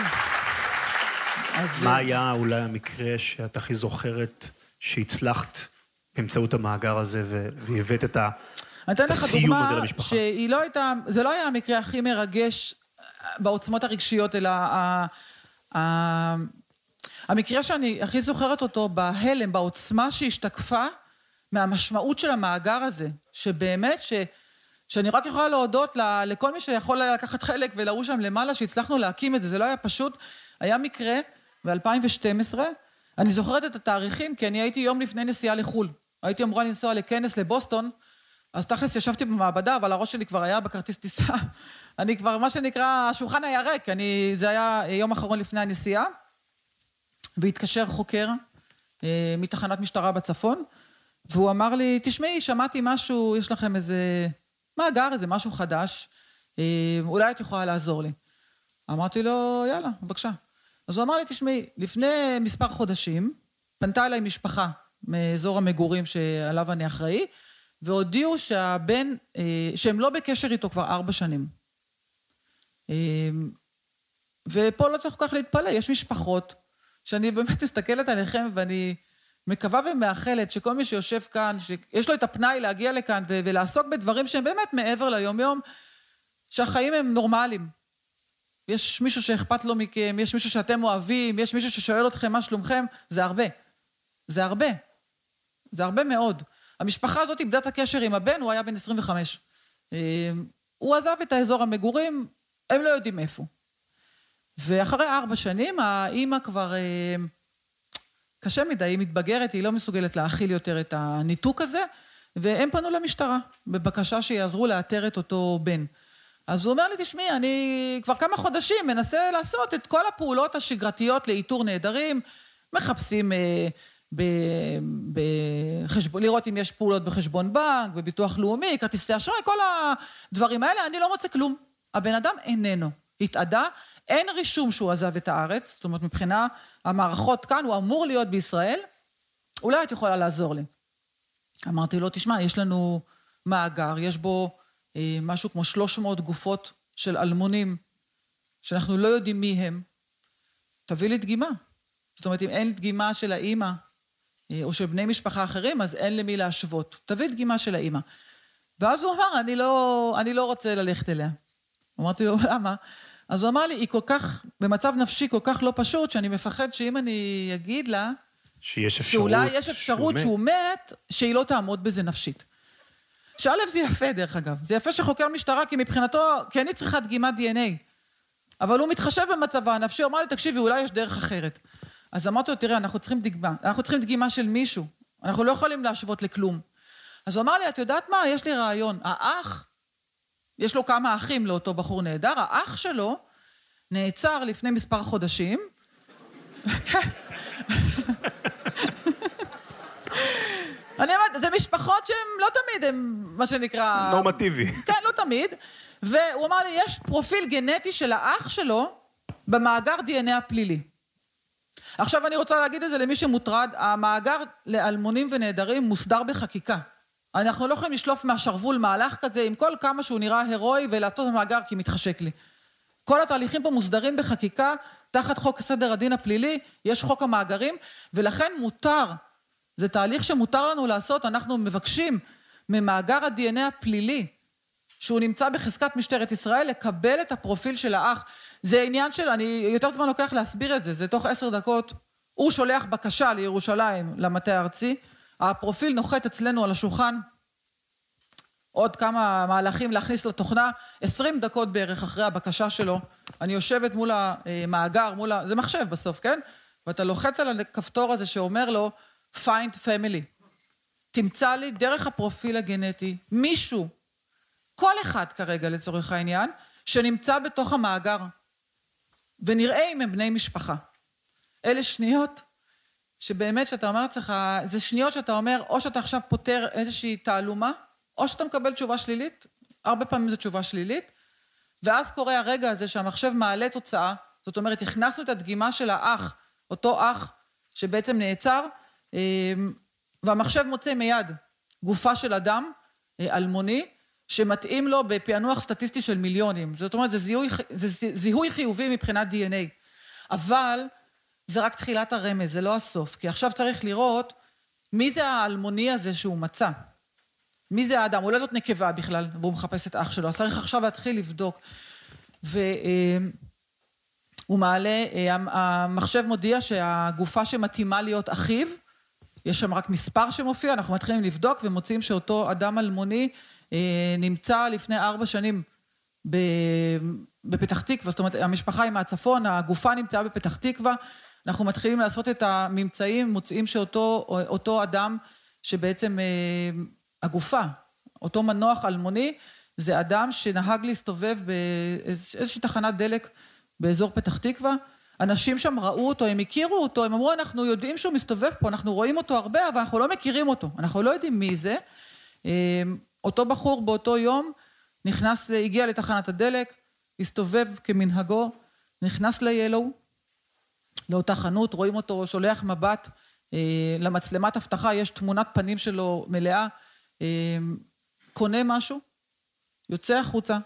Speaker 1: מה היה אולי המקרה שאת הכי זוכרת שהצלחת באמצעות המאגר הזה והבאת את הסיום הזה למשפחה?
Speaker 5: שהיא לא הייתה, זה לא היה המקרה הכי מרגש בעוצמות הרגשיות, אלא המקרה שאני הכי זוכרת אותו בהלם, בעוצמה שהשתקפה מהמשמעות של המאגר הזה, שבאמת שאני רק יכולה להודות לכל מי שיכול לקחת חלק ולראו שם למעלה שהצלחנו להקים את זה, זה לא היה פשוט, היה מקרה ב-2012, אני זוכרת את התאריכים כי אני הייתי יום לפני נסיעה לחול, הייתי אמורה לנסוע לכנס לבוסטון, אז תכלס ישבתי במעבדה, אבל הראש שלי כבר היה בכרטיס טיסה, אני כבר מה שנקרא, השולחן היה ריק, זה היה יום אחרון לפני הנסיעה, והתקשר חוקר מתחנת משטרה בצפון, והוא אמר לי, תשמעי, שמעתי משהו, יש לכם איזה מאגר, איזה משהו חדש, אולי את יכולה לעזור לי. אמרתי לו, יאללה, בבקשה. אז הוא אמר לי, תשמעי, לפני מספר חודשים, פנתה אליי משפחה מאזור המגורים שעליו אני אחראי, והודיעו שהבן, שהם לא בקשר איתו כבר 4 שנים. ופה לא צריך כל כך להתפלא, יש משפחות, שאני באמת מסתכלת עליכם, ואני מקווה ומאחלת שכל מי שיושב כאן, שיש לו את הפנאי להגיע לכאן, ולעסוק בדברים שהם באמת מעבר ליום-יום, שהחיים הם נורמליים. יש מישהו שאכפת לו מכם, יש מישהו שאתם אוהבים, יש מישהו ששואל אתכם מה שלומכם, זה הרבה. זה הרבה. זה הרבה מאוד. המשפחה הזאת איבדה את הקשר עם הבן, הוא היה בן 25. הוא עזב את האזור המגורים, הם לא יודעים איפה. ואחרי 4 שנים, האמא כבר קשה מדי, היא מתבגרת, היא לא מסוגלת להכיל יותר את הניתוק הזה, והם פנו למשטרה, בבקשה שיעזרו לאתר את אותו בן. אז הוא אומר לי, תשמעי, אני כבר כמה חודשים מנסה לעשות את כל הפעולות השגרתיות לאיתור נעדרים, מחפשים לראות אם יש פעולות בחשבון בנק, בביטוח לאומי, כרטיסי אשראי, כל הדברים האלה, אני לא מוצא כלום. הבן אדם איננו, התעדה, אין רישום שהוא עזב את הארץ, זאת אומרת, מבחינה המערכות כאן, הוא אמור להיות בישראל, אולי את יכולה לעזור לי. אמרתי לו, תשמע, יש לנו מאגר, יש בו משהו כמו 300 גופות של אלמונים, שאנחנו לא יודעים מי הם, תביא לי דגימה. זאת אומרת, אם אין דגימה של האמא, או של בני משפחה אחרים, אז אין למי להשוות. תביא דגימה של האמא. ואז הוא אמר, אני לא רוצה ללכת אליה. אמרתי לו, למה? אז הוא אמר לי, היא כל כך, במצב נפשי כל כך לא פשוט, שאני מפחד שאם אני אגיד לה, שאולי יש אפשרות שהוא מת, שהיא לא תעמוד בזה נפשית. שא' זה יפה דרך אגב, זה יפה שחוקר משטרה, כי מבחינתו, כי אני צריכה דגימת DNA, אבל הוא מתחשב במצבה הנפשי, הוא אמר לי, תקשיבי, אולי יש דרך אחרת. אז אמרתי לו, תראה, אנחנו צריכים דגימה של מישהו, אנחנו לא יכולים להשוות לכלום. אז הוא אמר לי, את יודעת מה? יש לי רעיון, האח, יש לו כמה אחים לאותו בחור נהדר, האח שלו נעצר לפני מספר חודשים, אני אומרת, זה משפחות שהן לא תמיד, הן מה שנקרא...
Speaker 1: נורמטיבי.
Speaker 5: כן, לא תמיד, והוא אמר לי, יש פרופיל גנטי של האח שלו במאגר DNA הפלילי. עכשיו אני רוצה להגיד את זה למי שמוטרד, המאגר לאלמונים ונעדרים מוסדר בחקיקה. אנחנו לא יכולים לשלוף מהשרוול מהלך כזה, עם כל כמה שהוא נראה הירואי ולעשות במאגר כי מתחשק לי. כל התהליכים פה מוסדרים בחקיקה, תחת חוק סדר הדין הפלילי, יש חוק המאגרים, ולכן מותר, זה תהליך שמותר לנו לעשות, אנחנו מבקשים ממאגר ה-DNA הפלילי, שהוא נמצא בחזקת משטרת ישראל, לקבל את הפרופיל של האח. זה עניין של, אני יותר זמן לוקח להסביר את זה, זה תוך 10 דקות, הוא שולח בקשה לירושלים, למטה הארצי, הפרופיל נוחת אצלנו על השולחן, עוד כמה מהלכים להכניס לתוכנה, 20 דקות בערך אחרי הבקשה שלו, אני יושבת מול המאגר, זה מחשב בסוף, כן? ואתה לוחץ על הכפתור הזה שאומר לו, find family. תמצא לי דרך הפרופיל הגנטי, מישהו, כל אחד כרגע לצורך העניין, שנמצא בתוך המאגר, ונראה אם הם בני משפחה. אלה שניות, שבאמת שאתה אומר לך, זה שניות שאתה אומר, או שאתה עכשיו פותר איזושהי תעלומה, או שאתה מקבל תשובה שלילית, הרבה פעמים זו תשובה שלילית, ואז קורה הרגע הזה שהמחשב מעלה תוצאה, זאת אומרת, הכנסנו את הדגימה של האח, אותו אח שבעצם נעצר, והמחשב מוצא מיד גופה של אדם, אלמוני, שמתאים לו בפענוח סטטיסטי של מיליונים. זאת אומרת, זה זיהוי חיובי מבחינת DNA. אבל זה רק תחילת הרמז, זה לא הסוף. כי עכשיו צריך לראות מי זה האלמוני הזה שהוא מצא. מי זה האדם? אולי זאת נקבה בכלל, והוא מחפש את אח שלו. אז צריך עכשיו להתחיל לבדוק. והוא מעלה, המחשב מודיע שהגופה שמתאימה להיות אחיו, יש שם רק מספר שמופיע, אנחנו מתחילים לבדוק ומוצאים שאותו אדם אלמוני נמצא לפני 4 שנים בפתח תקווה, זאת אומרת, המשפחה היא מהצפון, הגופה נמצאה בפתח תקווה, אנחנו מתחילים לעשות את הממצאים, מוצאים שאותו אדם שבעצם הגופה, אותו מנוח אלמוני, זה אדם שנהג להסתובב באיזושהי תחנת דלק באזור פתח תקווה, אנשים שם ראו אותו, הם הכירו אותו, הם אמרו, אנחנו יודעים שהוא מסתובב פה, אנחנו רואים אותו הרבה, אבל אנחנו לא מכירים אותו, אנחנו לא יודעים מי זה. אותו בחור באותו יום הגיע לתחנת הדלק, הסתובב כמנהגו, נכנס ליאלו, לאותה חנות, רואים אותו, שולח מבט, למצלמת הבטחה, יש תמונת פנים שלו מלאה, קונה משהו, יוצא החוצה,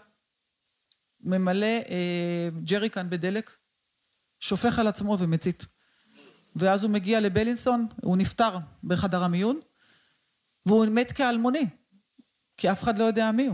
Speaker 5: ממלא ג'ריקן בדלק, שופך על עצמו ומצית. ואז הוא מגיע לבלינסון, הוא נפטר בחדר המיון, והוא מת כאלמוני, כי אף אחד לא יודע מי הוא.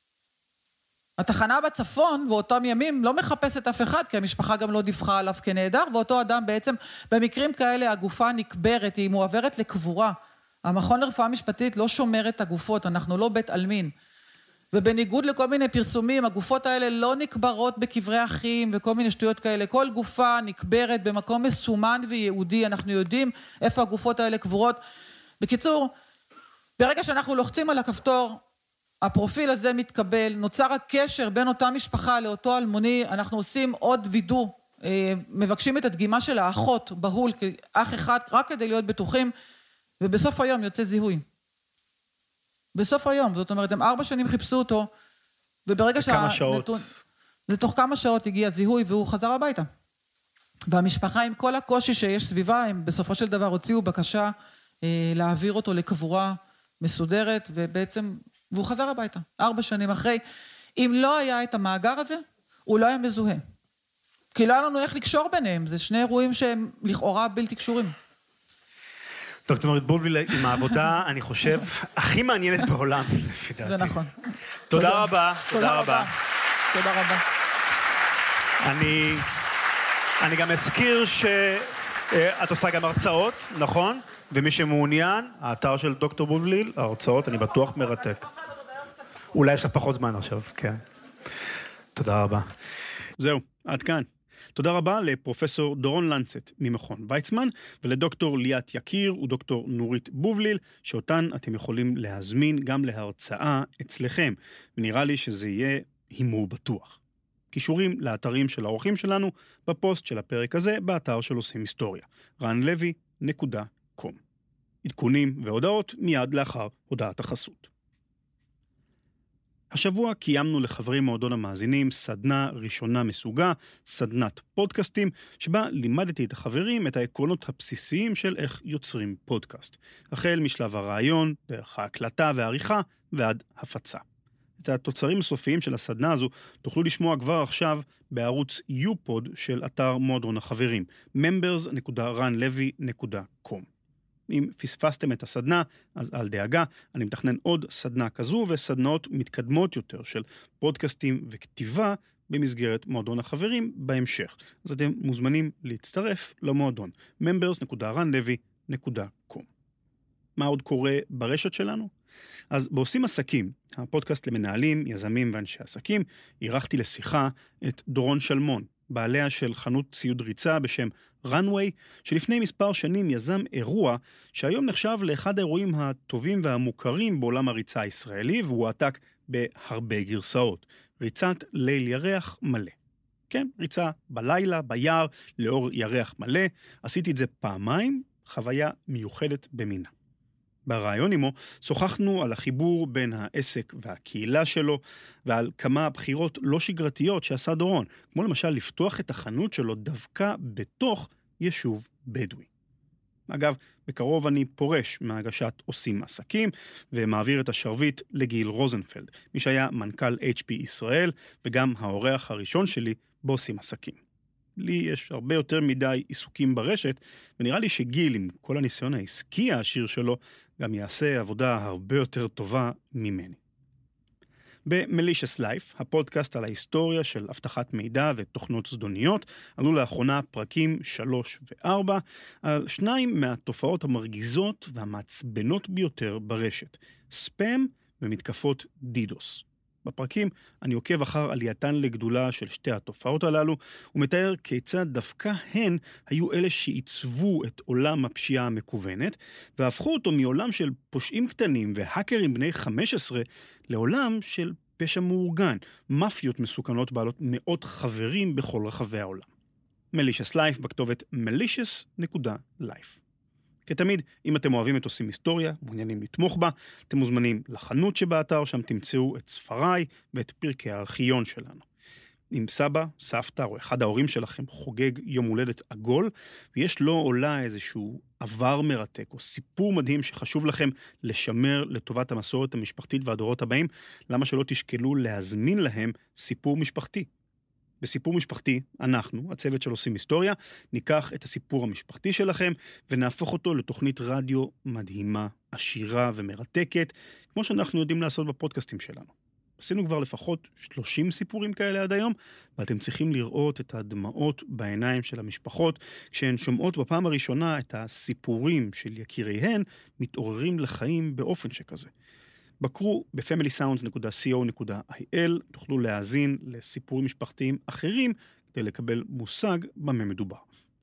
Speaker 5: התחנה בצפון, ואותם ימים, לא מחפשת אף אחד, כי המשפחה גם לא דיווחה עליו כנהדר, ואותו אדם בעצם, במקרים כאלה, הגופה נקברת, היא מועברת לקבורה. המכון לרפואה משפטית לא שומר את הגופות, אנחנו לא בית עלמין. ובניגוד לכל מיני פרסומים, הגופות האלה לא נקברות בקברי אחים וכל מיני שטויות כאלה. כל גופה נקברת במקום מסומן ויהודי, אנחנו יודעים איפה הגופות האלה קבורות. בקיצור, ברגע שאנחנו לוחצים על הכפתור, הפרופיל הזה מתקבל, נוצר הקשר בין אותה משפחה לאותו אלמוני, אנחנו עושים עוד וידוא, מבקשים את הדגימה של האחות בהול, כאח אחד, רק כדי להיות בטוחים, ובסוף היום יוצא זיהוי. בסוף היום, זאת אומרת, הם 4 שנים חיפשו אותו, וברגע
Speaker 1: כמה שעות.
Speaker 5: זה תוך כמה שעות הגיע זיהוי, והוא חזר הביתה. והמשפחה עם כל הקושי שיש סביבה, הם בסופו של דבר הוציאו בקשה להעביר אותו לקבורה מסודרת, ובעצם, והוא חזר הביתה, 4 שנים אחרי. אם לא היה את המאגר הזה, הוא לא היה מזוהה. כי לא היה לנו איך לקשור ביניהם, זה 2 אירועים שהם לכאורה בלתי קשורים.
Speaker 1: דוקטור נורית בולביל, עם העבודה, אני חושב, הכי מעניינת בעולם, לפי דעתי.
Speaker 5: זה נכון.
Speaker 1: תודה רבה.
Speaker 5: תודה רבה. תודה רבה.
Speaker 1: אני גם אזכיר שאת עושה גם הרצאות, נכון? ומי שמעוניין, האתר של דוקטור בובליל, ההרצאות, אני בטוח מרתק. אולי יש לך פחות זמן עכשיו, כן. תודה רבה. זהו, עד כאן. תודה רבה לפרופסור דורון לנצט ממכון ויצמן, ולדוקטור ליאת יקיר ודוקטור נורית בובליל, שאותן אתם יכולים להזמין גם להרצאה אצלכם, ונראה לי שזה יהיה הימור בטוח. קישורים לאתרים של האורחים שלנו בפוסט של הפרק הזה, באתר של עושים היסטוריה, ranlevy.com. עדכונים והודעות מיד לאחר הודעת החסות. השבוע קיימנו לחברי מועדון המאזינים סדנה ראשונה מסוגה, סדנת פודקאסטים, שבה לימדתי את החברים את העקרונות הבסיסיים של איך יוצרים פודקאסט, החל משלב הרעיון, דרך ההקלטה והעריכה ועד הפצה. את התוצרים הסופיים של הסדנה הזו תוכלו לשמוע כבר עכשיו בערוץ יופוד של אתר מועדון החברים, members.ranlevy.com. אם פספסתם את הסדנה, אז אל דאגה, אני מתכנן עוד סדנה כזו וסדנאות מתקדמות יותר של פודקאסטים וכתיבה במסגרת מועדון החברים בהמשך. אז אתם מוזמנים להצטרף למועדון, members.ranlevy.com. מה עוד קורה ברשת שלנו? אז בעושים עסקים, הפודקאסט למנהלים, יזמים ואנשי עסקים, אירחתי לשיחה את דורון שלמון, בעליה של חנות ציוד ריצה בשם runway, שלפני מספר שנים יזם אירוע שהיום נחשב לאחד האירועים הטובים והמוכרים בעולם הריצה הישראלי, והוא עתק בהרבה גרסאות. ריצת ליל ירח מלא. כן, ריצה בלילה, ביער, לאור ירח מלא. עשיתי את זה פעמיים, חוויה מיוחדת במינה. ברעיון עמו שוחחנו על החיבור בין העסק והקהילה שלו, ועל כמה בחירות לא שגרתיות שעשה דורון, כמו למשל לפתוח את החנות שלו דווקא בתוך יישוב בדואי. אגב, בקרוב אני פורש מהגשת עושים עסקים, ומעביר את השרביט לגיל רוזנפלד, מי שהיה מנכ"ל HP ישראל, וגם האורח הראשון שלי בעושים עסקים. לי יש הרבה יותר מדי עיסוקים ברשת, ונראה לי שגיל, עם כל הניסיון העסקי העשיר שלו, גם יעשה עבודה הרבה יותר טובה ממני. ב-Malicious Life, הפודקאסט על ההיסטוריה של הבטחת מידע ותוכנות זדוניות, עלו לאחרונה פרקים 3 ו-4, על שניים מהתופעות המרגיזות והמעצבנות ביותר ברשת, ספאם ומתקפות דידוס. בפרקים אני עוקב אחר עלייתן לגדולה של שתי התופעות הללו, ומתאר כיצד דווקא הן היו אלה שעיצבו את עולם הפשיעה המקוונת, והפכו אותו מעולם של פושעים קטנים והאקרים בני 15 לעולם של פשע מאורגן, מאפיות מסוכנות בעלות מאות חברים בכל רחבי העולם. Malicious Life בכתובת malicious.life. כתמיד, אם אתם אוהבים את עושים היסטוריה, מעוניינים לתמוך בה, אתם מוזמנים לחנות שבאתר, שם תמצאו את ספריי ואת פרקי הארכיון שלנו. אם סבא, סבתא או אחד ההורים שלכם חוגג יום הולדת עגול, ויש לו עולה איזשהו עבר מרתק או סיפור מדהים שחשוב לכם לשמר לטובת המסורת המשפחתית והדורות הבאים, למה שלא תשקלו להזמין להם סיפור משפחתי? בסיפור משפחתי, אנחנו, הצוות של עושים היסטוריה, ניקח את הסיפור המשפחתי שלכם ונהפוך אותו לתוכנית רדיו מדהימה, עשירה ומרתקת, כמו שאנחנו יודעים לעשות בפודקאסטים שלנו. עשינו כבר לפחות 30 סיפורים כאלה עד היום, ואתם צריכים לראות את הדמעות בעיניים של המשפחות, כשהן שומעות בפעם הראשונה את הסיפורים של יקיריהן מתעוררים לחיים באופן שכזה. בקרו ב-familysounds.co.il, תוכלו להאזין לסיפורים משפחתיים אחרים כדי לקבל מושג במה מדובר.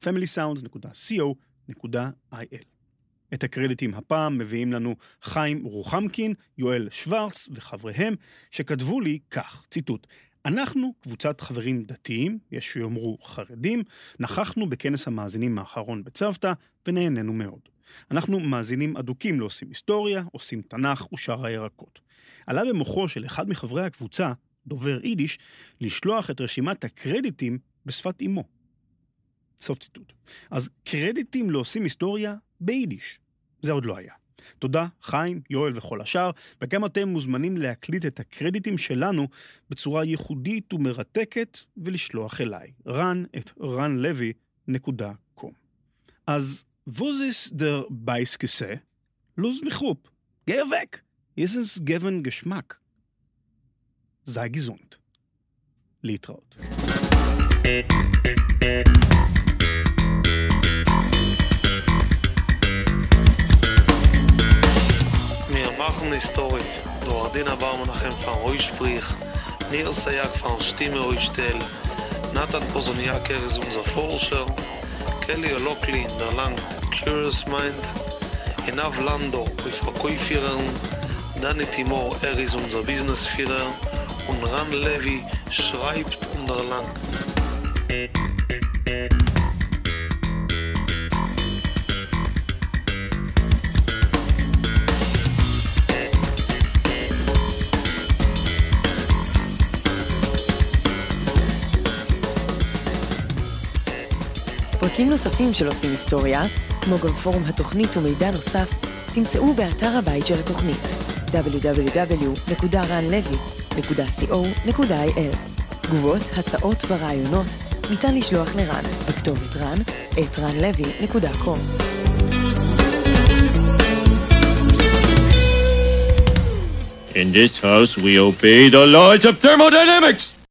Speaker 1: familysounds.co.il. את הקרדיטים הפעם מביאים לנו חיים רוחמקין, יואל שוורץ וחבריהם, שכתבו לי כך, ציטוט: אנחנו, קבוצת חברים דתיים, יש שיאמרו חרדים, נכחנו בכנס המאזינים האחרון בצוותא ונהנינו מאוד. אנחנו מאזינים אדוקים לעושים היסטוריה, עושים תנ"ך ושאר הירקות. עלה במוחו של אחד מחברי הקבוצה, דובר יידיש, לשלוח את רשימת הקרדיטים בשפת אמו. סוף ציטוט. אז קרדיטים לעושים היסטוריה ביידיש. זה עוד לא היה. תודה, חיים, יואל וכל השאר, וגם אתם מוזמנים להקליט את הקרדיטים שלנו בצורה ייחודית ומרתקת ולשלוח אליי. ran@ranlevy.com. אז was ist der Beißgese? Los mich rup. Geh weg. Ist es geben Geschmack. Sei gesund. להתראות.
Speaker 6: Wir machen Historie. Dordina Baumenachem von Ruhsprich, Nir Sayak von Stimme Ruhstel, Nathan Pozoniaker ist unser Forscher, Kelly Olokli in der Lang Curious Mind, Inav Lando mit Verkäuferin, Dani Timor, ist unser Businessführer und Ran Levy schreibt unter Lang.
Speaker 7: פרקים נוספים של עושים היסטוריה, כמו גם פורום התוכנית ומידע נוסף, תמצאו באתר הבית של התוכנית www.ranlevy.co.il. תגובות, הצעות ורעיונות ניתן לשלוח לרן בכתובת ran@ranlevy.com.
Speaker 8: In this house we obey the laws of thermodynamics.